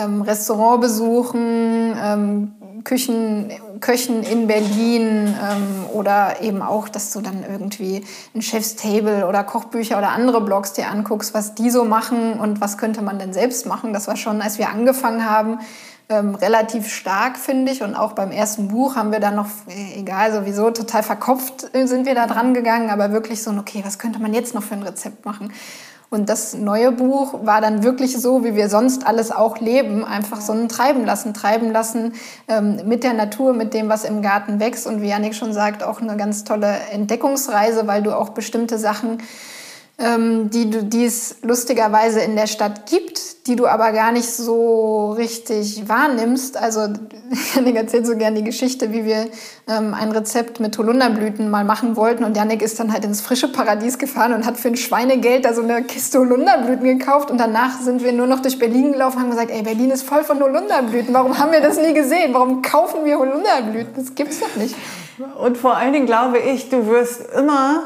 Restaurantbesuchen, Köchen in Berlin oder eben auch, dass du dann irgendwie ein Chef's Table oder Kochbücher oder andere Blogs dir anguckst, was die so machen und was könnte man denn selbst machen. Das war schon, als wir angefangen haben, relativ stark, finde ich. Und auch beim ersten Buch haben wir dann noch, egal, sowieso total verkopft sind wir da dran gegangen, aber wirklich so, okay, was könnte man jetzt noch für ein Rezept machen? Und das neue Buch war dann wirklich so, wie wir sonst alles auch leben, einfach so ein treiben lassen mit der Natur, mit dem, was im Garten wächst. Und wie Jannik schon sagt, auch eine ganz tolle Entdeckungsreise, weil du auch bestimmte Sachen, die es lustigerweise in der Stadt gibt, die du aber gar nicht so richtig wahrnimmst. Also Jannik erzählt so gern die Geschichte, wie wir ein Rezept mit Holunderblüten mal machen wollten und Jannik ist dann halt ins frische Paradies gefahren und hat für ein Schweinegeld da so eine Kiste Holunderblüten gekauft und danach sind wir nur noch durch Berlin gelaufen und haben gesagt, ey, Berlin ist voll von Holunderblüten, warum haben wir das nie gesehen? Warum kaufen wir Holunderblüten? Das gibt's doch nicht. Und vor allen Dingen glaube ich, du wirst immer,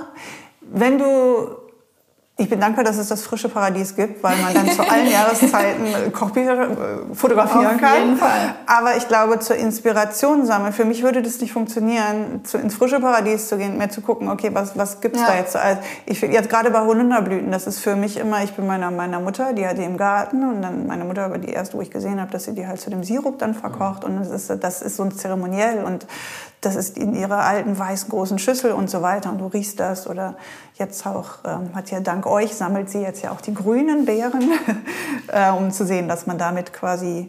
ich bin dankbar, dass es das frische Paradies gibt, weil man dann zu allen Jahreszeiten Kochbücher fotografieren kann. Auf jeden Fall. Aber ich glaube, zur Inspiration sammeln, für mich würde das nicht funktionieren, ins frische Paradies zu gehen, mehr zu gucken, okay, was gibt's da jetzt? Also ich finde jetzt gerade bei Holunderblüten, das ist für mich immer, ich bin meiner Mutter, die hat die im Garten und dann meine Mutter war die erste, wo ich gesehen habe, dass sie die halt zu dem Sirup dann verkocht und das ist so ein Zeremoniell und das ist in ihrer alten weißen großen Schüssel und so weiter und du riechst das oder jetzt auch, hat ja dank euch, sammelt sie jetzt ja auch die grünen Beeren, um zu sehen, dass man damit quasi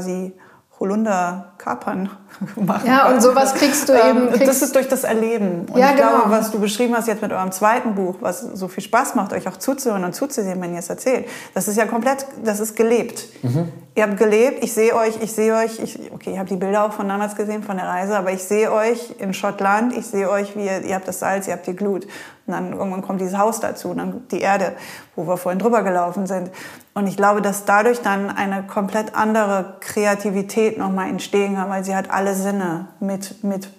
Holunderkapern machen kann. Und sowas kriegst du eben. Das ist durch das Erleben. Und ich glaube, was du beschrieben hast jetzt mit eurem zweiten Buch, was so viel Spaß macht, euch auch zuzuhören und zuzusehen, wenn ihr es erzählt, das ist ja komplett, das ist gelebt. Mhm. Ihr habt gelebt, ich sehe euch, okay, ich habe die Bilder auch von damals gesehen, von der Reise, aber ich sehe euch in Schottland, ich sehe euch, wie ihr habt das Salz, ihr habt die Glut. Und dann irgendwann kommt dieses Haus dazu, und dann die Erde, wo wir vorhin drüber gelaufen sind. Und ich glaube, dass dadurch dann eine komplett andere Kreativität nochmal entstehen kann, weil sie hat alle Sinne mit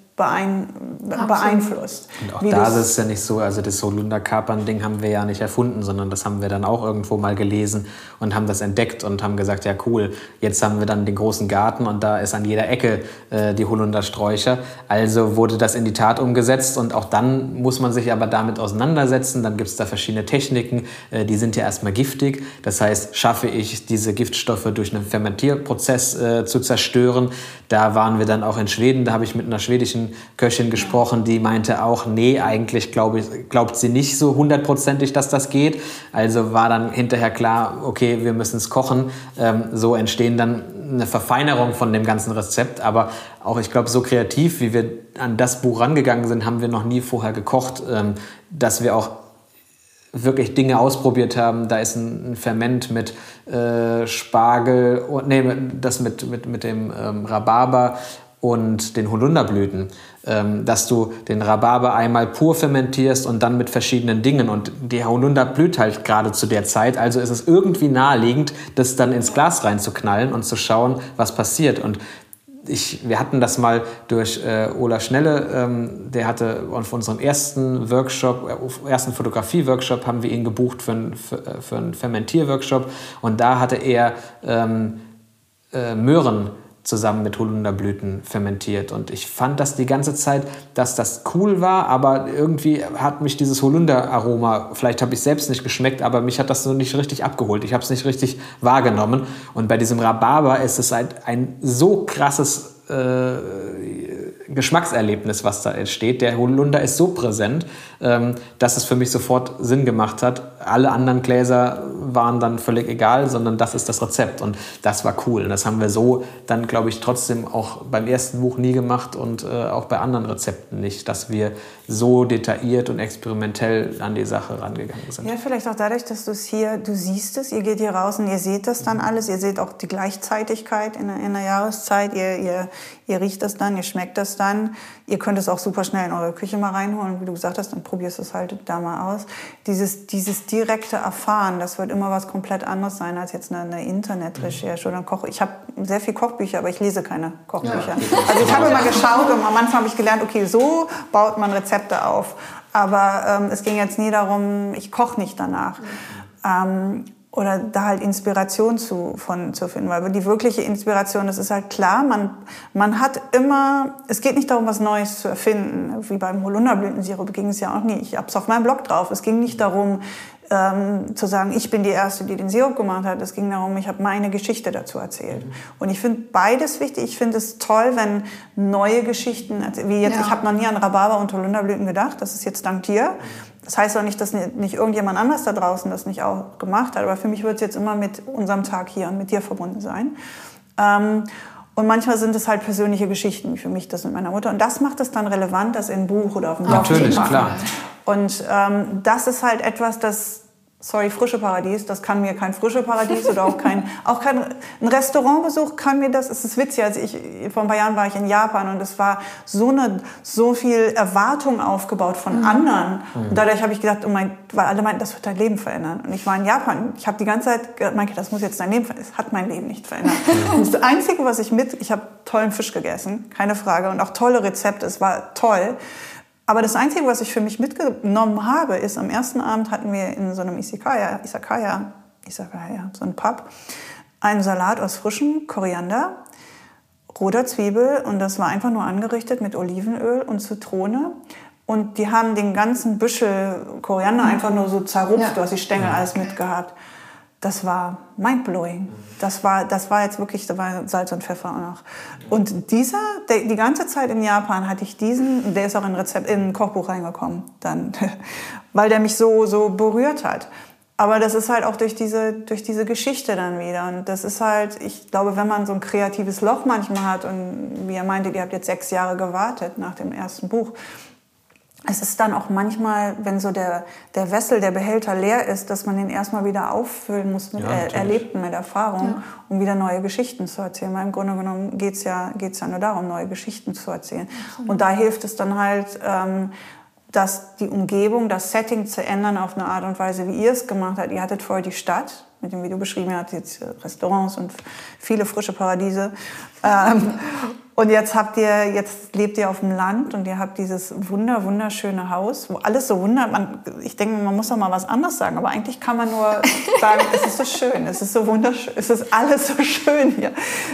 beeinflusst. Und auch da ist es ja nicht so, also das Holunderkapern-Ding haben wir ja nicht erfunden, sondern das haben wir dann auch irgendwo mal gelesen und haben das entdeckt und haben gesagt, ja cool, jetzt haben wir dann den großen Garten und da ist an jeder Ecke die Holundersträucher. Also wurde das in die Tat umgesetzt und auch dann muss man sich aber damit auseinandersetzen. Dann gibt es da verschiedene Techniken, die sind ja erstmal giftig. Das heißt, schaffe ich diese Giftstoffe durch einen Fermentierprozess zu zerstören. Da waren wir dann auch in Schweden, da habe ich mit einer schwedischen Köchin gesprochen, die meinte auch, nee, eigentlich glaubt sie nicht so hundertprozentig, dass das geht. Also war dann hinterher klar, okay, wir müssen es kochen. So entstehen dann eine Verfeinerung von dem ganzen Rezept. Aber auch, ich glaube, so kreativ, wie wir an das Buch rangegangen sind, haben wir noch nie vorher gekocht, dass wir auch wirklich Dinge ausprobiert haben. Da ist ein Ferment mit Spargel, das mit dem Rhabarber und den Holunderblüten, dass du den Rhabarber einmal pur fermentierst und dann mit verschiedenen Dingen. Und der Holunder blüht halt gerade zu der Zeit, also ist es irgendwie naheliegend, das dann ins Glas reinzuknallen und zu schauen, was passiert. Und wir hatten das mal durch Ola Schnelle, der hatte auf unserem ersten Fotografie-Workshop, haben wir ihn gebucht für einen Fermentier-Workshop und da hatte er Möhren zusammen mit Holunderblüten fermentiert. Und ich fand das die ganze Zeit, dass das cool war, aber irgendwie hat mich dieses Holunderaroma, vielleicht habe ich es selbst nicht geschmeckt, aber mich hat das so nicht richtig abgeholt. Ich habe es nicht richtig wahrgenommen. Und bei diesem Rhabarber ist es halt ein so krasses Geschmackserlebnis, was da entsteht. Der Holunder ist so präsent, dass es für mich sofort Sinn gemacht hat. Alle anderen Gläser waren dann völlig egal, sondern das ist das Rezept. Und das war cool. Und das haben wir so dann, glaube ich, trotzdem auch beim ersten Buch nie gemacht und auch bei anderen Rezepten nicht, dass wir so detailliert und experimentell an die Sache rangegangen sind. Ja, vielleicht auch dadurch, dass du siehst es, ihr geht hier raus und ihr seht das dann alles, ihr seht auch die Gleichzeitigkeit in der Jahreszeit, ihr riecht das dann, ihr schmeckt das dann, ihr könnt es auch super schnell in eure Küche mal reinholen, wie du gesagt hast, dann probierst du es halt da mal aus. Dieses direkte Erfahren, das wird immer was komplett anderes sein als jetzt eine Internetrecherche oder ein Koch. Ich habe sehr viel Kochbücher, aber ich lese keine Kochbücher. Ja. Also ich habe immer geschaut und am Anfang habe ich gelernt, okay, so baut man Rezepte auf. Aber es ging jetzt nie darum, ich koche nicht danach. Oder da halt Inspiration zu finden. Weil die wirkliche Inspiration, das ist halt klar, man hat immer, es geht nicht darum, was Neues zu erfinden. Wie beim Holunderblütensirup ging es ja auch nie. Ich habe es auf meinem Blog drauf. Es ging nicht darum, zu sagen, ich bin die Erste, die den Sirup gemacht hat. Es ging darum, ich habe meine Geschichte dazu erzählt. Und ich finde beides wichtig. Ich finde es toll, wenn neue Geschichten, wie jetzt, ich habe noch nie an Rhabarber und Holunderblüten gedacht. Das ist jetzt dank dir. Das heißt auch nicht, dass nicht irgendjemand anders da draußen das nicht auch gemacht hat. Aber für mich wird es jetzt immer mit unserem Tag hier und mit dir verbunden sein. Und manchmal sind es halt persönliche Geschichten, wie für mich das mit meiner Mutter. Und das macht es dann relevant, das in ein Buch oder auf dem Blog zu machen. Natürlich, klar. Und das ist halt etwas, Frische Paradies, das kann mir kein Frische Paradies oder auch kein ein Restaurantbesuch kann mir das. Es ist witzig, vor ein paar Jahren war ich in Japan und es war so viel Erwartung aufgebaut von anderen. Und dadurch habe ich gedacht, weil alle meinten, das wird dein Leben verändern. Und ich war in Japan, ich habe die ganze Zeit gedacht, Maike, das muss jetzt dein Leben verändern. Es hat mein Leben nicht verändert. Und das Einzige, was ich habe tollen Fisch gegessen, keine Frage, und auch tolle Rezepte, es war toll. Aber das Einzige, was ich für mich mitgenommen habe, ist, am ersten Abend hatten wir in so einem Isakaya, so ein Pub, einen Salat aus frischem Koriander, roter Zwiebel, und das war einfach nur angerichtet mit Olivenöl und Zitrone. Und die haben den ganzen Büschel Koriander einfach nur so zerrupft, du hast die Stängel alles mitgehabt. Das war mindblowing. Das war jetzt wirklich, da war Salz und Pfeffer auch noch. Und die ganze Zeit in Japan hatte ich der ist auch in ein Kochbuch reingekommen, dann, weil der mich so berührt hat. Aber das ist halt auch durch diese Geschichte dann wieder. Und das ist halt, ich glaube, wenn man so ein kreatives Loch manchmal hat, und wie ihr meintet, ihr habt jetzt 6 Jahre gewartet nach dem ersten Buch, es ist dann auch manchmal, wenn so der Wessel, der Behälter leer ist, dass man den erstmal wieder auffüllen muss mit Erlebten, mit Erfahrungen, um wieder neue Geschichten zu erzählen. Weil im Grunde genommen geht's ja nur darum, neue Geschichten zu erzählen. Absolut. Und da hilft es dann halt, dass die Umgebung, das Setting zu ändern auf eine Art und Weise, wie ihr es gemacht habt. Ihr hattet vorher die Stadt, mit dem, wie du beschrieben hast, jetzt Restaurants und viele frische Paradiese. Und jetzt lebt ihr auf dem Land und ihr habt dieses wunderschöne Haus, wo alles so ich denke, man muss doch mal was anderes sagen, aber eigentlich kann man nur sagen, es ist so schön, es ist so wunderschön, es ist alles so schön hier.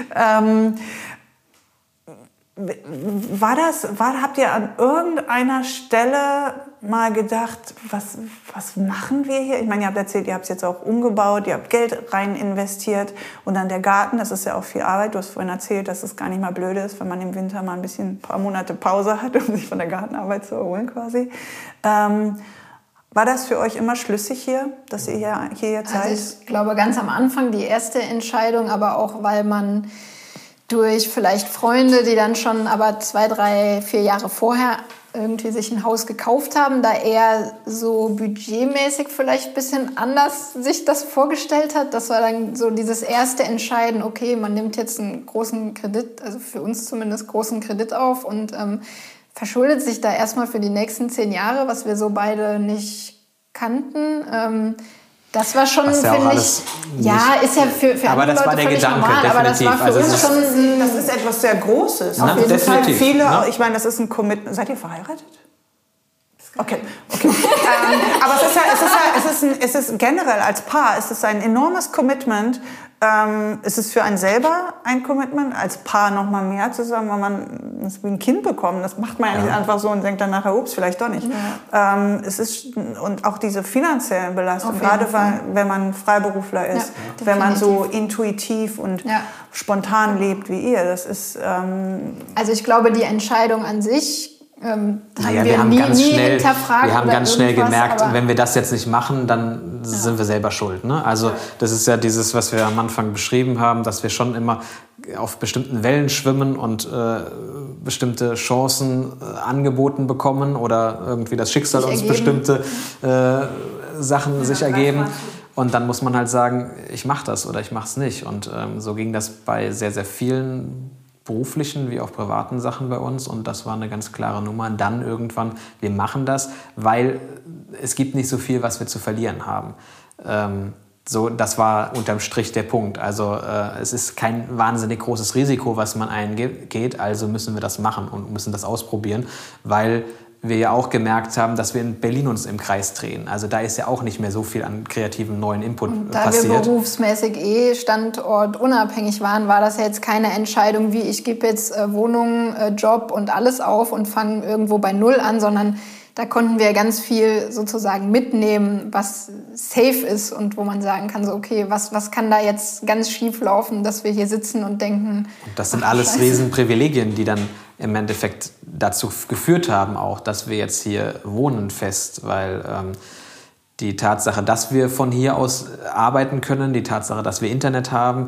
Habt ihr an irgendeiner Stelle mal gedacht, was machen wir hier? Ich meine, ihr habt erzählt, ihr habt es jetzt auch umgebaut, ihr habt Geld rein investiert und dann der Garten, das ist ja auch viel Arbeit. Du hast vorhin erzählt, dass es gar nicht mal blöd ist, wenn man im Winter mal ein paar Monate Pause hat, um sich von der Gartenarbeit zu erholen quasi. War das für euch immer schlüssig hier, dass ihr hier jetzt seid? Also ich glaube, ganz am Anfang die erste Entscheidung, aber auch, weil man durch vielleicht Freunde, die dann schon aber 2, 3, 4 Jahre vorher irgendwie sich ein Haus gekauft haben, da eher so budgetmäßig vielleicht ein bisschen anders sich das vorgestellt hat. Das war dann so dieses erste Entscheiden, okay, man nimmt jetzt einen großen Kredit, also für uns zumindest großen Kredit auf und verschuldet sich da erstmal für die nächsten 10 Jahre, was wir so beide nicht kannten. Das war schon, finde ich, ja, ist ja für aber das Leute war der Gedanke, normal, aber das war für uns schon... Das ist etwas sehr Großes. Auf jeden Fall viele, ich meine, das ist ein Commitment. Seid ihr verheiratet? Okay. Aber es ist generell als Paar, es ist ein enormes Commitment. Es ist für einen selber ein Commitment, als Paar noch mal mehr zusammen, weil man das wie ein Kind bekommt. Das macht man ja nicht einfach so und denkt dann nachher, ups, vielleicht doch nicht. Ja. Es ist, und auch diese finanziellen Belastungen, gerade wenn man Freiberufler ist, wenn man so intuitiv und spontan lebt wie ihr, das ist... Also ich glaube, die Entscheidung an sich wir haben ganz schnell gemerkt, wenn wir das jetzt nicht machen, dann sind wir selber schuld. Ne? Also das ist ja dieses, was wir am Anfang beschrieben haben, dass wir schon immer auf bestimmten Wellen schwimmen und bestimmte Chancen angeboten bekommen oder irgendwie das Schicksal uns bestimmte Sachen sich ergeben. Und dann muss man halt sagen, ich mache das oder ich mache es nicht. Und so ging das bei sehr, sehr vielen beruflichen wie auch privaten Sachen bei uns. Und das war eine ganz klare Nummer. Und dann irgendwann, wir machen das, weil es gibt nicht so viel, was wir zu verlieren haben. So, das war unterm Strich der Punkt. Also es ist kein wahnsinnig großes Risiko, was man eingeht. Also müssen wir das machen und müssen das ausprobieren, weil wir ja auch gemerkt haben, dass wir in Berlin uns im Kreis drehen. Also da ist ja auch nicht mehr so viel an kreativen neuen Input passiert. Da wir berufsmäßig standortunabhängig waren, war das ja jetzt keine Entscheidung wie ich gebe jetzt Wohnung, Job und alles auf und fange irgendwo bei Null an, sondern da konnten wir ganz viel sozusagen mitnehmen, was safe ist und wo man sagen kann, so okay, was kann da jetzt ganz schief laufen, dass wir hier sitzen und denken. Und das sind alles Riesenprivilegien, die dann im Endeffekt dazu geführt haben, auch, dass wir jetzt hier wohnen fest, weil die Tatsache, dass wir von hier aus arbeiten können, die Tatsache, dass wir Internet haben,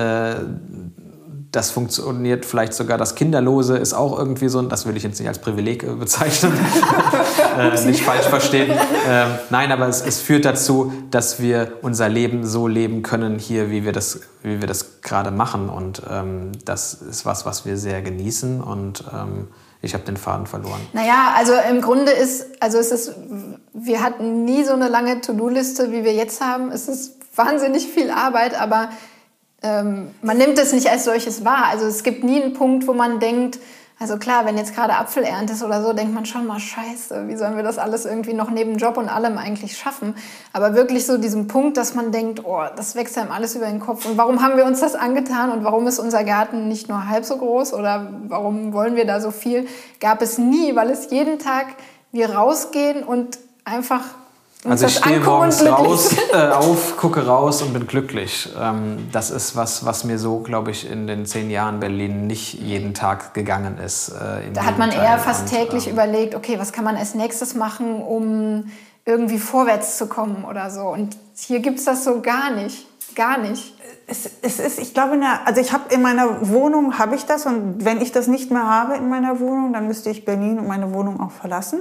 das funktioniert vielleicht sogar, das Kinderlose ist auch irgendwie so, das will ich jetzt nicht als Privileg bezeichnen, nicht falsch verstehen. Nein, aber es führt dazu, dass wir unser Leben so leben können hier, wie wir das gerade machen. Und das ist was wir sehr genießen und ich habe den Faden verloren. Naja, also im Grunde wir hatten nie so eine lange To-Do-Liste, wie wir jetzt haben. Es ist wahnsinnig viel Arbeit, aber man nimmt es nicht als solches wahr. Also es gibt nie einen Punkt, wo man denkt, also klar, wenn jetzt gerade Apfelernte ist oder so, denkt man schon mal, scheiße, wie sollen wir das alles irgendwie noch neben Job und allem eigentlich schaffen? Aber wirklich so diesen Punkt, dass man denkt, oh, das wächst einem alles über den Kopf. Und warum haben wir uns das angetan und warum ist unser Garten nicht nur halb so groß oder warum wollen wir da so viel? Gab es nie, weil es jeden Tag wir rausgehen und einfach also ich stehe morgens auf, gucke raus und bin glücklich. Das ist was mir so, glaube ich, in den 10 Jahren Berlin nicht jeden Tag gegangen ist. Da hat man eher fast täglich überlegt, okay, was kann man als nächstes machen, um irgendwie vorwärts zu kommen oder so. Und hier gibt es das so gar nicht. Gar nicht. Es ist, ich glaube, also ich habe in meiner Wohnung habe ich das und wenn ich das nicht mehr habe in meiner Wohnung, dann müsste ich Berlin und meine Wohnung auch verlassen.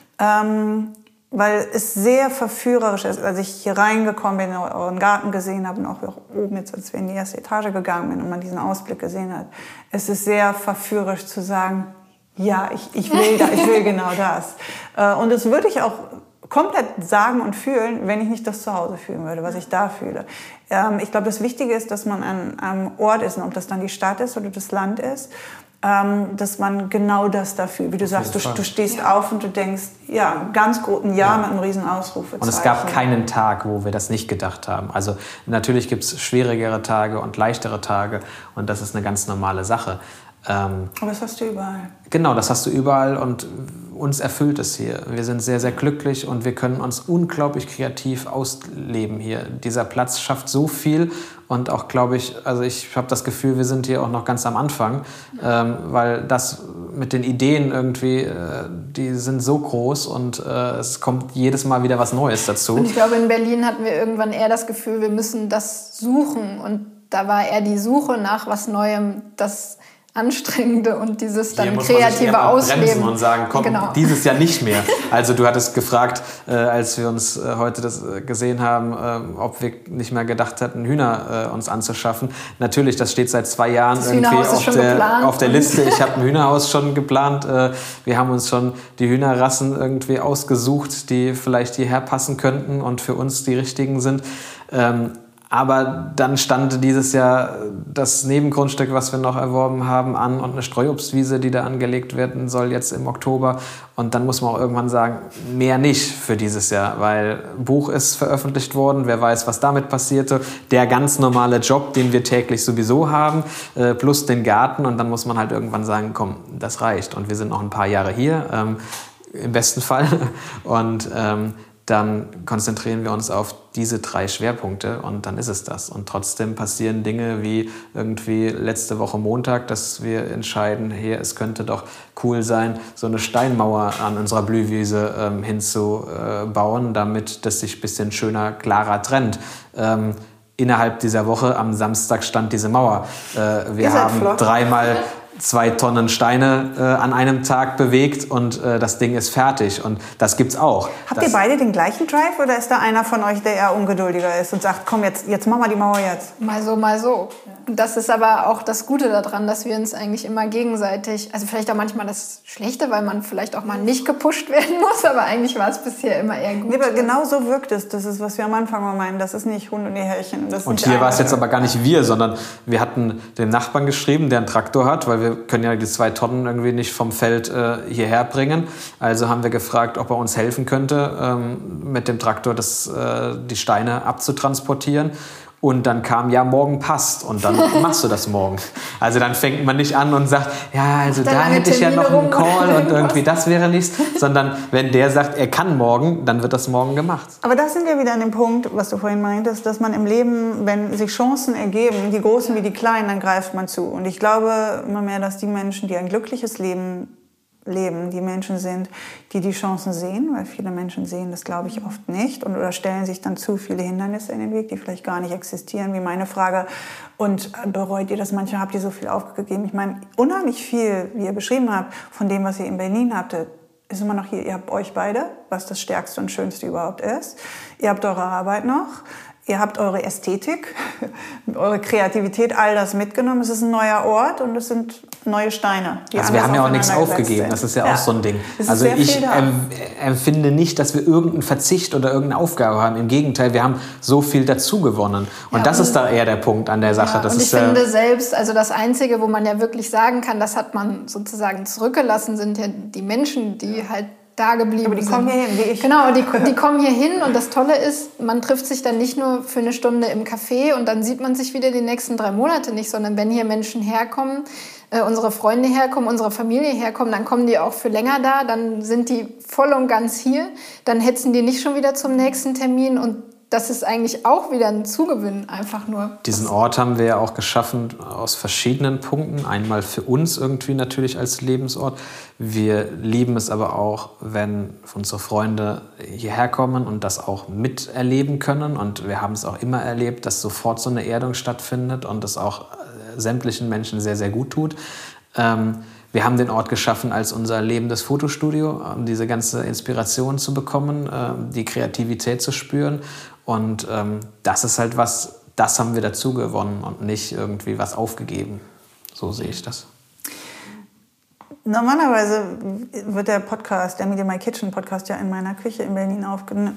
Weil es sehr verführerisch ist, als ich hier reingekommen bin, euren Garten gesehen habe und auch oben jetzt, als wir in die erste Etage gegangen sind und man diesen Ausblick gesehen hat. Es ist sehr verführerisch zu sagen, ja, ich will genau das. Und das würde ich auch komplett sagen und fühlen, wenn ich nicht das zu Hause fühlen würde, was ich da fühle. Ich glaube, das Wichtige ist, dass man an einem Ort ist, ob das dann die Stadt ist oder das Land ist, dass man genau das da fühlt. Wie du sagst, du stehst auf und du denkst, ja, ganz großen Ja mit einem riesen Ausrufezeichen. Und es gab keinen Tag, wo wir das nicht gedacht haben. Also natürlich gibt es schwierigere Tage und leichtere Tage und das ist eine ganz normale Sache. Aber das hast du überall. Genau, das hast du überall und uns erfüllt es hier. Wir sind sehr, sehr glücklich und wir können uns unglaublich kreativ ausleben hier. Dieser Platz schafft so viel und auch, glaube ich, also ich habe das Gefühl, wir sind hier auch noch ganz am Anfang, weil das mit den Ideen irgendwie, die sind so groß und es kommt jedes Mal wieder was Neues dazu. Und ich glaube, in Berlin hatten wir irgendwann eher das Gefühl, wir müssen das suchen und da war eher die Suche nach was Neuem, das Anstrengende und dieses dann kreative Ausleben. Bremsen und sagen, komm, dieses Jahr nicht mehr. Also du hattest gefragt, als wir uns heute das gesehen haben, ob wir nicht mehr gedacht hatten, Hühner uns anzuschaffen. Natürlich, das steht seit 2 Jahren das irgendwie auf der Liste. Ich habe ein Hühnerhaus schon geplant. Wir haben uns schon die Hühnerrassen irgendwie ausgesucht, die vielleicht hierher passen könnten und für uns die richtigen sind. Aber dann stand dieses Jahr das Nebengrundstück, was wir noch erworben haben, an und eine Streuobstwiese, die da angelegt werden soll jetzt im Oktober. Und dann muss man auch irgendwann sagen, mehr nicht für dieses Jahr, weil Buch ist veröffentlicht worden, wer weiß, was damit passierte. Der ganz normale Job, den wir täglich sowieso haben, plus den Garten. Und dann muss man halt irgendwann sagen, komm, das reicht. Und wir sind noch ein paar Jahre hier, im besten Fall. Und dann konzentrieren wir uns auf diese 3 Schwerpunkte und dann ist es das. Und trotzdem passieren Dinge wie irgendwie letzte Woche Montag, dass wir entscheiden, hey, es könnte doch cool sein, so eine Steinmauer an unserer Blühwiese hinzubauen, damit das sich ein bisschen schöner, klarer trennt. Innerhalb dieser Woche, am Samstag stand diese Mauer. Wir haben 3-mal 2 Tonnen Steine an einem Tag bewegt und das Ding ist fertig. Und das gibt's auch. Habt ihr beide den gleichen Drive oder ist da einer von euch, der eher ungeduldiger ist und sagt, komm, jetzt machen wir die Mauer jetzt? Mal so, mal so. Das ist aber auch das Gute daran, dass wir uns eigentlich immer gegenseitig, also vielleicht auch manchmal das Schlechte, weil man vielleicht auch mal nicht gepusht werden muss, aber eigentlich war es bisher immer eher gut. Nee, aber genau so wirkt es. Das ist, was wir am Anfang mal meinen. Das ist nicht Hund und ihr Herrchen. Und hier war es jetzt aber gar nicht wir, sondern wir hatten dem Nachbarn geschrieben, der einen Traktor hat, weil wir können ja die 2 Tonnen irgendwie nicht vom Feld hierher bringen. Also haben wir gefragt, ob er uns helfen könnte, mit dem Traktor die Steine abzutransportieren. Und dann kam, ja, morgen passt. Und dann machst du das morgen. Also dann fängt man nicht an und sagt, ja, also da hätte ich ja noch einen Call und irgendwie das wäre nichts. Sondern wenn der sagt, er kann morgen, dann wird das morgen gemacht. Aber da sind wir wieder an dem Punkt, was du vorhin meintest, dass man im Leben, wenn sich Chancen ergeben, die großen wie die kleinen, dann greift man zu. Und ich glaube immer mehr, dass die Menschen, die ein glückliches Leben leben, die Menschen sind, die die Chancen sehen, weil viele Menschen sehen das, glaube ich, oft nicht oder stellen sich dann zu viele Hindernisse in den Weg, die vielleicht gar nicht existieren, wie meine Frage. Und bereut ihr das manchmal? Habt ihr so viel aufgegeben? Ich meine, unheimlich viel, wie ihr beschrieben habt, von dem, was ihr in Berlin habtet, ist immer noch hier. Ihr habt euch beide, was das Stärkste und Schönste überhaupt ist. Ihr habt eure Arbeit noch. Ihr habt eure Ästhetik, eure Kreativität, all das mitgenommen. Es ist ein neuer Ort und es sind neue Steine. Also wir haben ja auch nichts aufgegeben, das ist ja auch so ein Ding. Also ich empfinde nicht, dass wir irgendeinen Verzicht oder irgendeine Aufgabe haben. Im Gegenteil, wir haben so viel dazu gewonnen. Und das ist da eher der Punkt an der Sache. Ja, und ich finde selbst, also das Einzige, wo man ja wirklich sagen kann, das hat man sozusagen zurückgelassen, sind ja die Menschen, die halt da geblieben sind. Aber die kommen hier hin, wie ich. Genau, die kommen hier hin und das Tolle ist, man trifft sich dann nicht nur für eine Stunde im Café und dann sieht man sich wieder die nächsten 3 Monate nicht, sondern wenn hier Menschen herkommen, unsere Freunde herkommen, unsere Familie herkommen, dann kommen die auch für länger da, dann sind die voll und ganz hier, dann hetzen die nicht schon wieder zum nächsten Termin und das ist eigentlich auch wieder ein Zugewinn, einfach nur. Diesen Ort haben wir ja auch geschaffen aus verschiedenen Punkten. Einmal für uns irgendwie natürlich als Lebensort. Wir lieben es aber auch, wenn unsere Freunde hierher kommen und das auch miterleben können. Und wir haben es auch immer erlebt, dass sofort so eine Erdung stattfindet und das auch sämtlichen Menschen sehr, sehr gut tut. Wir haben den Ort geschaffen als unser lebendes Fotostudio, um diese ganze Inspiration zu bekommen, die Kreativität zu spüren. Und das ist halt was, das haben wir dazu gewonnen und nicht irgendwie was aufgegeben. So sehe ich das. Normalerweise wird der Podcast, der Media My Kitchen Podcast, ja in meiner Küche in Berlin aufgenommen.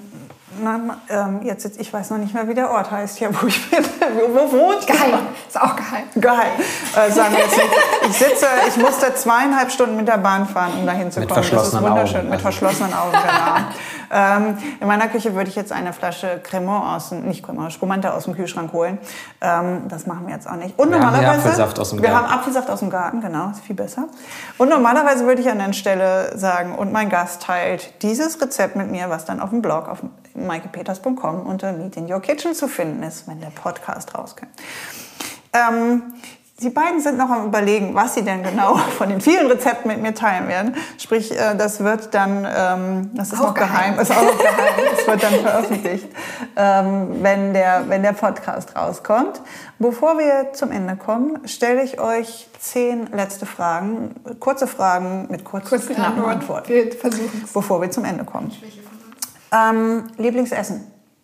Ich weiß noch nicht mehr, wie der Ort heißt, hier, wo ich bin. Wo wohnt? Geheim. Ist auch geheim. Geheim. Sagen wir jetzt nicht. Ich musste 2,5 Stunden mit der Bahn fahren, um dahin zu kommen. Mit verschlossenen Augen. Mit verschlossenen Augen, genau. In meiner Küche würde ich jetzt eine Flasche Spumante aus dem Kühlschrank holen. Das machen wir jetzt auch nicht. Und wir haben Apfelsaft aus dem Garten. Wir haben Apfelsaft aus dem Garten, genau, ist viel besser. Und normalerweise würde ich an der Stelle sagen, und mein Gast teilt dieses Rezept mit mir, was dann auf dem Blog, auf maikepeters.com unter Meet in Your Kitchen zu finden ist, wenn der Podcast rauskommt. Die beiden sind noch am Überlegen, was sie denn genau von den vielen Rezepten mit mir teilen werden. Sprich, das wird dann, das ist auch noch geheim, ist auch noch geheim, es wird dann veröffentlicht, wenn der Podcast rauskommt. Bevor wir zum Ende kommen, stelle ich euch 10 letzte Fragen, kurze Fragen mit kurzen, knappen Antworten. Wir versuchen es. Bevor wir zum Ende kommen. Lieblingsessen?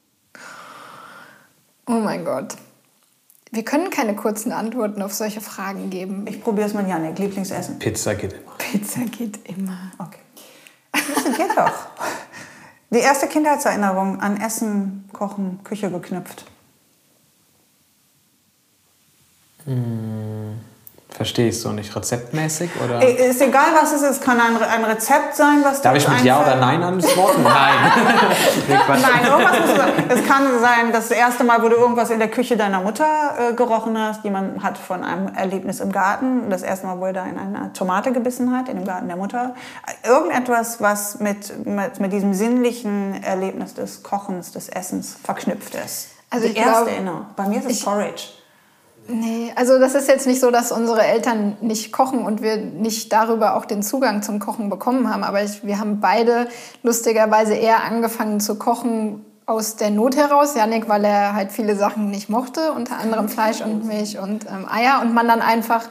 Oh mein Gott. Wir können keine kurzen Antworten auf solche Fragen geben. Ich probiere es mal, Janik. Lieblingsessen? Pizza geht immer. Pizza geht immer. Okay. Das geht doch. Die erste Kindheitserinnerung an Essen, Kochen, Küche geknüpft. Verstehe ich so nicht. Rezeptmäßig? Oder? Ist egal, was es ist. Es kann ein Rezept sein, was Darf ich mit Ja oder Nein antworten? Nein. Nein, irgendwas musst du sagen. Es kann sein, das erste Mal, wo du irgendwas in der Küche deiner Mutter gerochen hast. Jemand hat von einem Erlebnis im Garten. Das erste Mal, wo er da in eine Tomate gebissen hat, in dem Garten der Mutter. Irgendetwas, was mit diesem sinnlichen Erlebnis des Kochens, des Essens verknüpft ist. Also die erste Erinnerung. Bei mir ist es Porridge. Nee, also das ist jetzt nicht so, dass unsere Eltern nicht kochen und wir nicht darüber auch den Zugang zum Kochen bekommen haben. Aber wir haben beide lustigerweise eher angefangen zu kochen aus der Not heraus. Jannik, weil er halt viele Sachen nicht mochte, unter anderem Fleisch und Milch und Eier. Und man dann einfach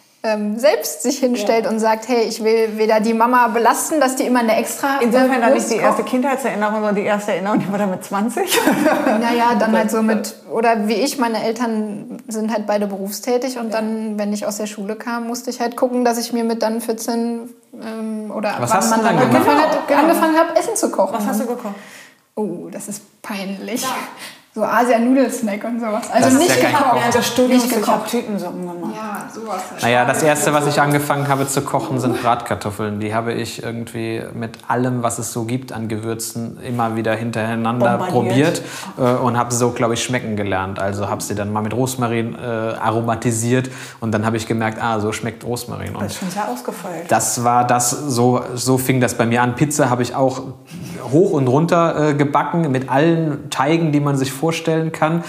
selbst sich hinstellt und sagt, hey, ich will weder die Mama belasten, dass die immer eine extra... Insofern dann nicht die erste Kindheitserinnerung, sondern die erste Erinnerung, die war dann mit 20. Naja, dann halt so mit... Oder wie ich, meine Eltern sind halt beide berufstätig und dann, wenn ich aus der Schule kam, musste ich halt gucken, dass ich mir mit dann 14 oder was wann man dann angefangen habe, Essen zu kochen. Was hast du gekocht? Oh, das ist peinlich. Ja. So Asia-Nudelsnack und sowas. Also das nicht ja gekocht. Ja, das Studium, ich habe Tütensuppen gemacht. Ja, sowas. Naja, das Erste, was ich angefangen habe zu kochen, sind Bratkartoffeln. Die habe ich irgendwie mit allem, was es so gibt an Gewürzen, immer wieder hintereinander probiert und habe so, glaube ich, schmecken gelernt. Also habe sie dann mal mit Rosmarin aromatisiert und dann habe ich gemerkt, so schmeckt Rosmarin. Und das ist schon sehr ausgefeilt. Das war das, so fing das bei mir an. Pizza habe ich auch hoch und runter gebacken mit allen Teigen, die man sich vorstellen kann.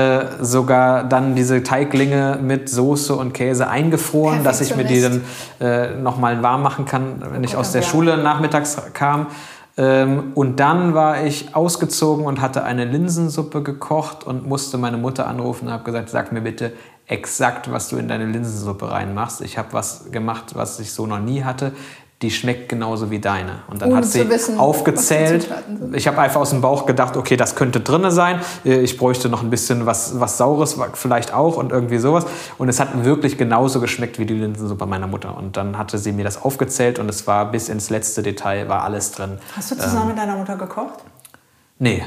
Sogar dann diese Teiglinge mit Soße und Käse eingefroren, dass ich mir die dann nochmal warm machen kann, wenn ich aus der Schule nachmittags kam. Und dann war ich ausgezogen und hatte eine Linsensuppe gekocht und musste meine Mutter anrufen und habe gesagt, sag mir bitte exakt, was du in deine Linsensuppe reinmachst. Ich habe was gemacht, was ich so noch nie hatte. Die schmeckt genauso wie deine. Und dann hat sie aufgezählt. Ich habe einfach aus dem Bauch gedacht, okay, das könnte drin sein. Ich bräuchte noch ein bisschen was Saures, vielleicht auch und irgendwie sowas. Und es hat wirklich genauso geschmeckt wie die Linsensuppe meiner Mutter. Und dann hatte sie mir das aufgezählt und es war bis ins letzte Detail, war alles drin. Hast du zusammen mit deiner Mutter gekocht? Nee.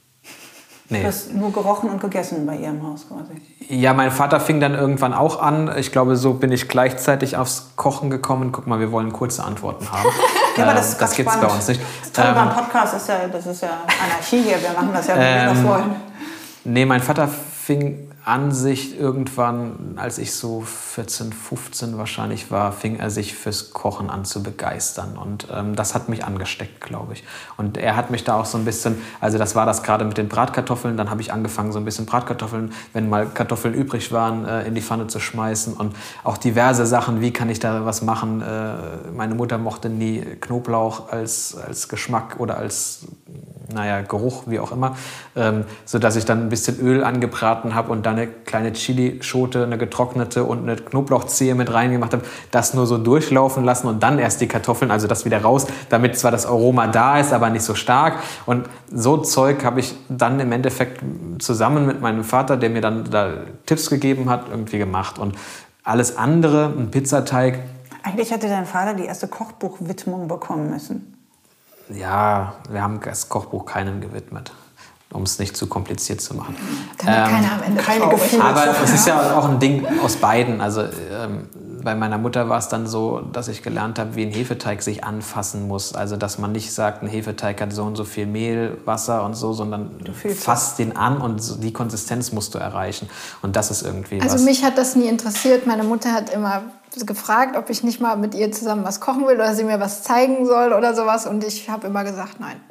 Du hast nur gerochen und gegessen bei ihrem Haus quasi? Ja, mein Vater fing dann irgendwann auch an. Ich glaube, so bin ich gleichzeitig aufs Kochen gekommen. Guck mal, wir wollen kurze Antworten haben. Ja, aber das gibt es bei uns nicht. Das Tolle beim Podcast ist das ist ja Anarchie hier. Wir machen das ja, wie wir das wollen. Nee, mein Vater fing an sich irgendwann, als ich so 14, 15 wahrscheinlich war, fing er sich fürs Kochen an zu begeistern. Und das hat mich angesteckt, glaube ich. Und er hat mich da auch so ein bisschen, also das war das gerade mit den Bratkartoffeln, dann habe ich angefangen, so ein bisschen Bratkartoffeln, wenn mal Kartoffeln übrig waren, in die Pfanne zu schmeißen. Und auch diverse Sachen, wie kann ich da was machen? Meine Mutter mochte nie Knoblauch als Geschmack oder als Geruch, wie auch immer, sodass ich dann ein bisschen Öl angebraten habe und dann eine kleine Chilischote, eine getrocknete und eine Knoblauchzehe mit reingemacht habe, das nur so durchlaufen lassen und dann erst die Kartoffeln, also das wieder raus, damit zwar das Aroma da ist, aber nicht so stark. Und so Zeug habe ich dann im Endeffekt zusammen mit meinem Vater, der mir dann da Tipps gegeben hat, irgendwie gemacht. Und alles andere, ein Pizzateig. Eigentlich hätte dein Vater die erste Kochbuchwidmung bekommen müssen. Ja, wir haben das Kochbuch keinem gewidmet, um es nicht zu kompliziert zu machen. Keiner am Ende keine Gefühle. Aber es ist ja auch ein Ding aus beiden. Also bei meiner Mutter war es dann so, dass ich gelernt habe, wie ein Hefeteig sich anfassen muss. Also dass man nicht sagt, ein Hefeteig hat so und so viel Mehl, Wasser und so, sondern du fasst den an und die Konsistenz musst du erreichen. Und das ist irgendwie was. Also mich hat das nie interessiert. Meine Mutter hat immer gefragt, ob ich nicht mal mit ihr zusammen was kochen will oder sie mir was zeigen soll oder sowas. Und ich habe immer gesagt, nein.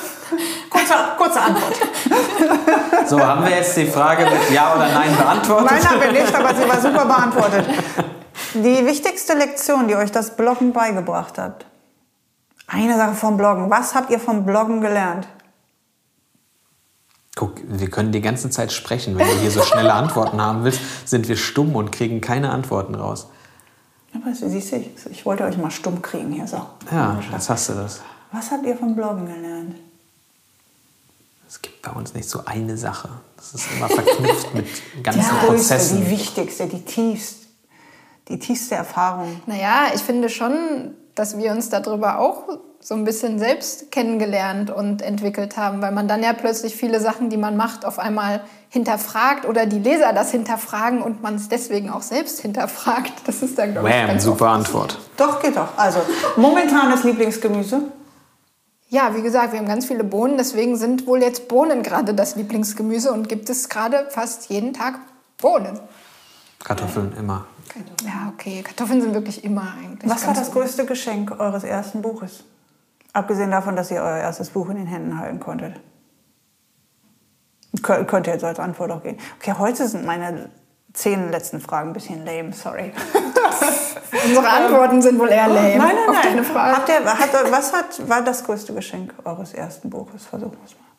Kurze Antwort. So, haben wir jetzt die Frage mit Ja oder Nein beantwortet? Nein, haben wir nicht, aber sie war super beantwortet. Die wichtigste Lektion, die euch das Bloggen beigebracht hat. Eine Sache vom Bloggen. Was habt ihr vom Bloggen gelernt? Guck, wir können die ganze Zeit sprechen. Wenn du hier so schnelle Antworten haben willst, sind wir stumm und kriegen keine Antworten raus. Aber siehst du, ich wollte euch mal stumm kriegen hier. So. Ja, jetzt hast du das. Was habt ihr vom Bloggen gelernt? Es gibt bei uns nicht so eine Sache. Das ist immer verknüpft mit ganzen Prozessen. Die wichtigste, die tiefste Erfahrung. Naja, ich finde schon, dass wir uns darüber auch so ein bisschen selbst kennengelernt und entwickelt haben, weil man dann ja plötzlich viele Sachen, die man macht, auf einmal hinterfragt oder die Leser das hinterfragen und man es deswegen auch selbst hinterfragt. Das ist dann, glaube ich, ganz super Antwort. Doch, geht doch. Also, momentanes Lieblingsgemüse? Ja, wie gesagt, wir haben ganz viele Bohnen, deswegen sind wohl jetzt Bohnen gerade das Lieblingsgemüse und gibt es gerade fast jeden Tag Bohnen. Kartoffeln immer. Ja, okay, Kartoffeln sind wirklich immer eigentlich. Was war das größte Geschenk eures ersten Buches? Abgesehen davon, dass ihr euer erstes Buch in den Händen halten konntet. Könnt ihr jetzt als Antwort auch gehen. Okay, heute sind meine 10 letzten Fragen ein bisschen lame, sorry. Unsere Antworten sind wohl eher lame. Nein. Auf deine Frage. War das größte Geschenk eures ersten Buches? Versuchen wir es mal.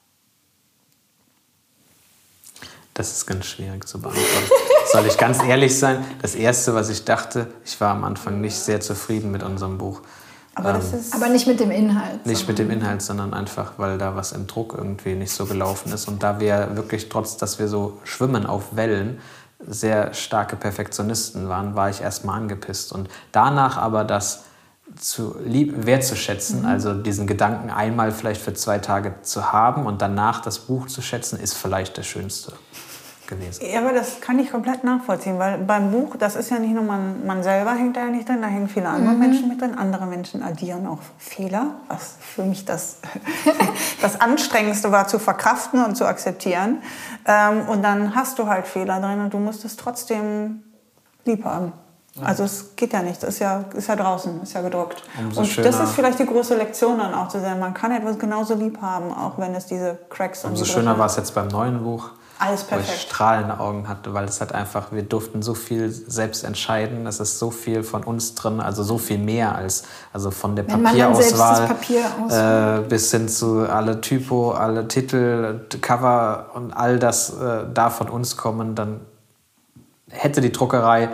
Das ist ganz schwierig zu beantworten. Soll ich ganz ehrlich sein? Das Erste, was ich dachte, ich war am Anfang nicht sehr zufrieden mit unserem Buch. Aber nicht mit dem Inhalt. Nicht mit dem Inhalt, sondern einfach, weil da was im Druck irgendwie nicht so gelaufen ist. Und da wir wirklich, trotz dass wir so schwimmen auf Wellen, sehr starke Perfektionisten waren, war ich erstmal angepisst. Und danach aber das wertzuschätzen, also diesen Gedanken einmal vielleicht für 2 Tage zu haben und danach das Buch zu schätzen, ist vielleicht das Schönste gewesen. Ja, aber das kann ich komplett nachvollziehen, weil beim Buch, das ist ja nicht nur man selber hängt da ja nicht drin, da hängen viele andere Menschen mit drin. Andere Menschen addieren auch Fehler, was für mich das Anstrengendste war, zu verkraften und zu akzeptieren. Und dann hast du halt Fehler drin und du musst es trotzdem lieb haben. Also es geht ja nicht, ist ja draußen, ist ja gedruckt. Und schöner, das ist vielleicht die große Lektion dann auch zu sagen, man kann etwas genauso lieb haben, auch wenn es diese Cracks und umso schöner war es jetzt beim neuen Buch, alles perfekt, wo ich strahlende Augen hatte, weil es halt einfach, wir durften so viel selbst entscheiden, es ist so viel von uns drin, also so viel mehr als von der Papierauswahl bis hin zu alle Typo, alle Titel, Cover und all das da von uns kommen, dann hätte die Druckerei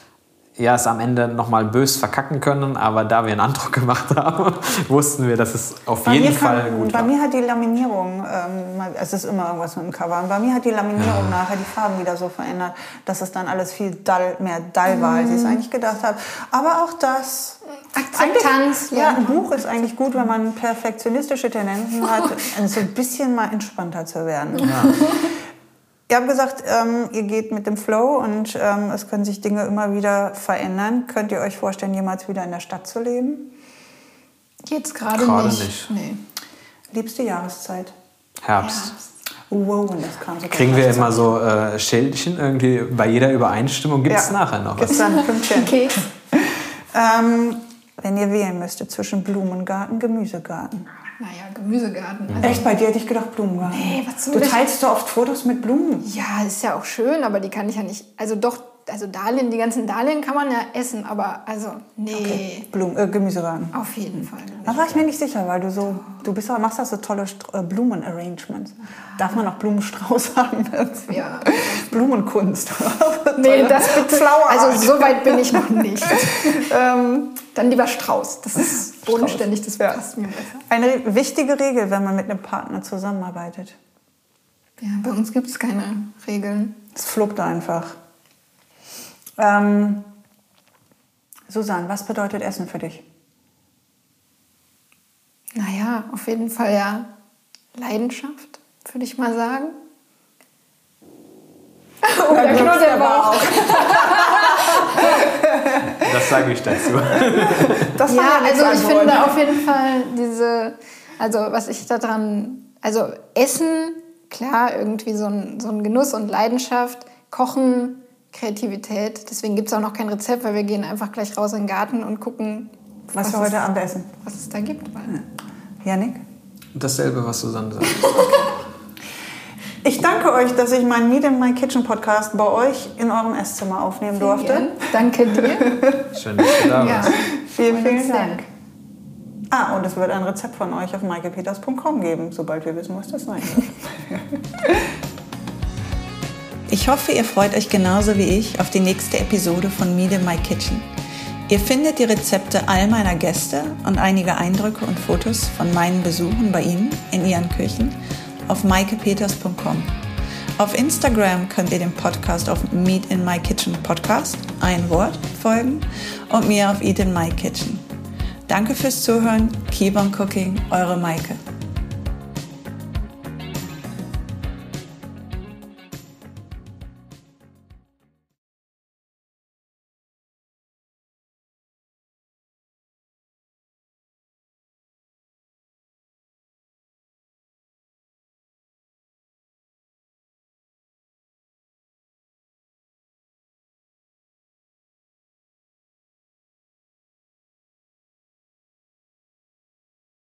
es am Ende nochmal bös verkacken können, aber da wir einen Andruck gemacht haben, wussten wir, dass es auf jeden Fall gut war. Bei mir hat die Laminierung, es ist immer irgendwas mit dem Cover, und bei mir hat die Laminierung nachher die Farben wieder so verändert, dass es dann alles viel mehr dull war, als ich es eigentlich gedacht habe. Aber auch das... Akzeptanz. Ein Buch ist eigentlich gut, wenn man perfektionistische Tendenzen hat, so ein bisschen mal entspannter zu werden. Ja. Ihr habt gesagt, ihr geht mit dem Flow und es können sich Dinge immer wieder verändern. Könnt ihr euch vorstellen, jemals wieder in der Stadt zu leben? Jetzt gerade nicht. Nee. Liebste Jahreszeit? Herbst. Wow, und das kam so. Kriegen wir immer so Schildchen irgendwie bei jeder Übereinstimmung? Gibt es nachher noch was? Gibt's dann Pünktchen. Okay. Wenn ihr wählen müsstet zwischen Blumengarten, Gemüsegarten. Naja, Gemüsegarten. Also echt? Bei dir hätte ich gedacht Blumengarten. Nee, was soll Du teilst so oft Fotos mit Blumen. Ja, ist ja auch schön, aber die kann ich ja nicht... Also doch, Dahlien, die ganzen Dahlien kann man ja essen, aber nee. Okay. Gemüsegarten. Auf jeden Fall. Da war ich mir nicht sicher, weil machst da so tolle Blumenarrangements. Darf man auch Blumenstrauß haben? Ja. Blumenkunst. Nee, das bitte. Also so weit bin ich noch nicht. Dann lieber Strauß. Das ist bodenständig, das passt mir besser. Eine wichtige Regel, wenn man mit einem Partner zusammenarbeitet. Ja, bei uns gibt es keine Regeln. Es fluppt einfach. Susanne, was bedeutet Essen für dich? Naja, auf jeden Fall Leidenschaft, würde ich mal sagen. Oder knurrt der Bauch. Das sage ich dazu. Ich finde auf jeden Fall was ich daran, Essen, klar, irgendwie so ein Genuss und Leidenschaft, Kochen, Kreativität. Deswegen gibt es auch noch kein Rezept, weil wir gehen einfach gleich raus in den Garten und gucken, was wir heute Abend essen. Was es da gibt. Jannik? Dasselbe, was Susanne sagt. Ich danke euch, dass ich meinen Meet in My Kitchen Podcast bei euch in eurem Esszimmer aufnehmen durfte. Gern. Danke dir. Schön, dass du da warst. Vielen Dank. Und es wird ein Rezept von euch auf maikepeters.com geben, sobald wir wissen, was das sein wird. Ich hoffe, ihr freut euch genauso wie ich auf die nächste Episode von Meet in My Kitchen. Ihr findet die Rezepte all meiner Gäste und einige Eindrücke und Fotos von meinen Besuchen bei ihnen in ihren Küchen auf maikepeters.com. Auf Instagram könnt ihr dem Podcast auf Meet in My Kitchen Podcast, ein Wort, folgen und mir auf Eat in My Kitchen. Danke fürs Zuhören. Keep on cooking, eure Maike.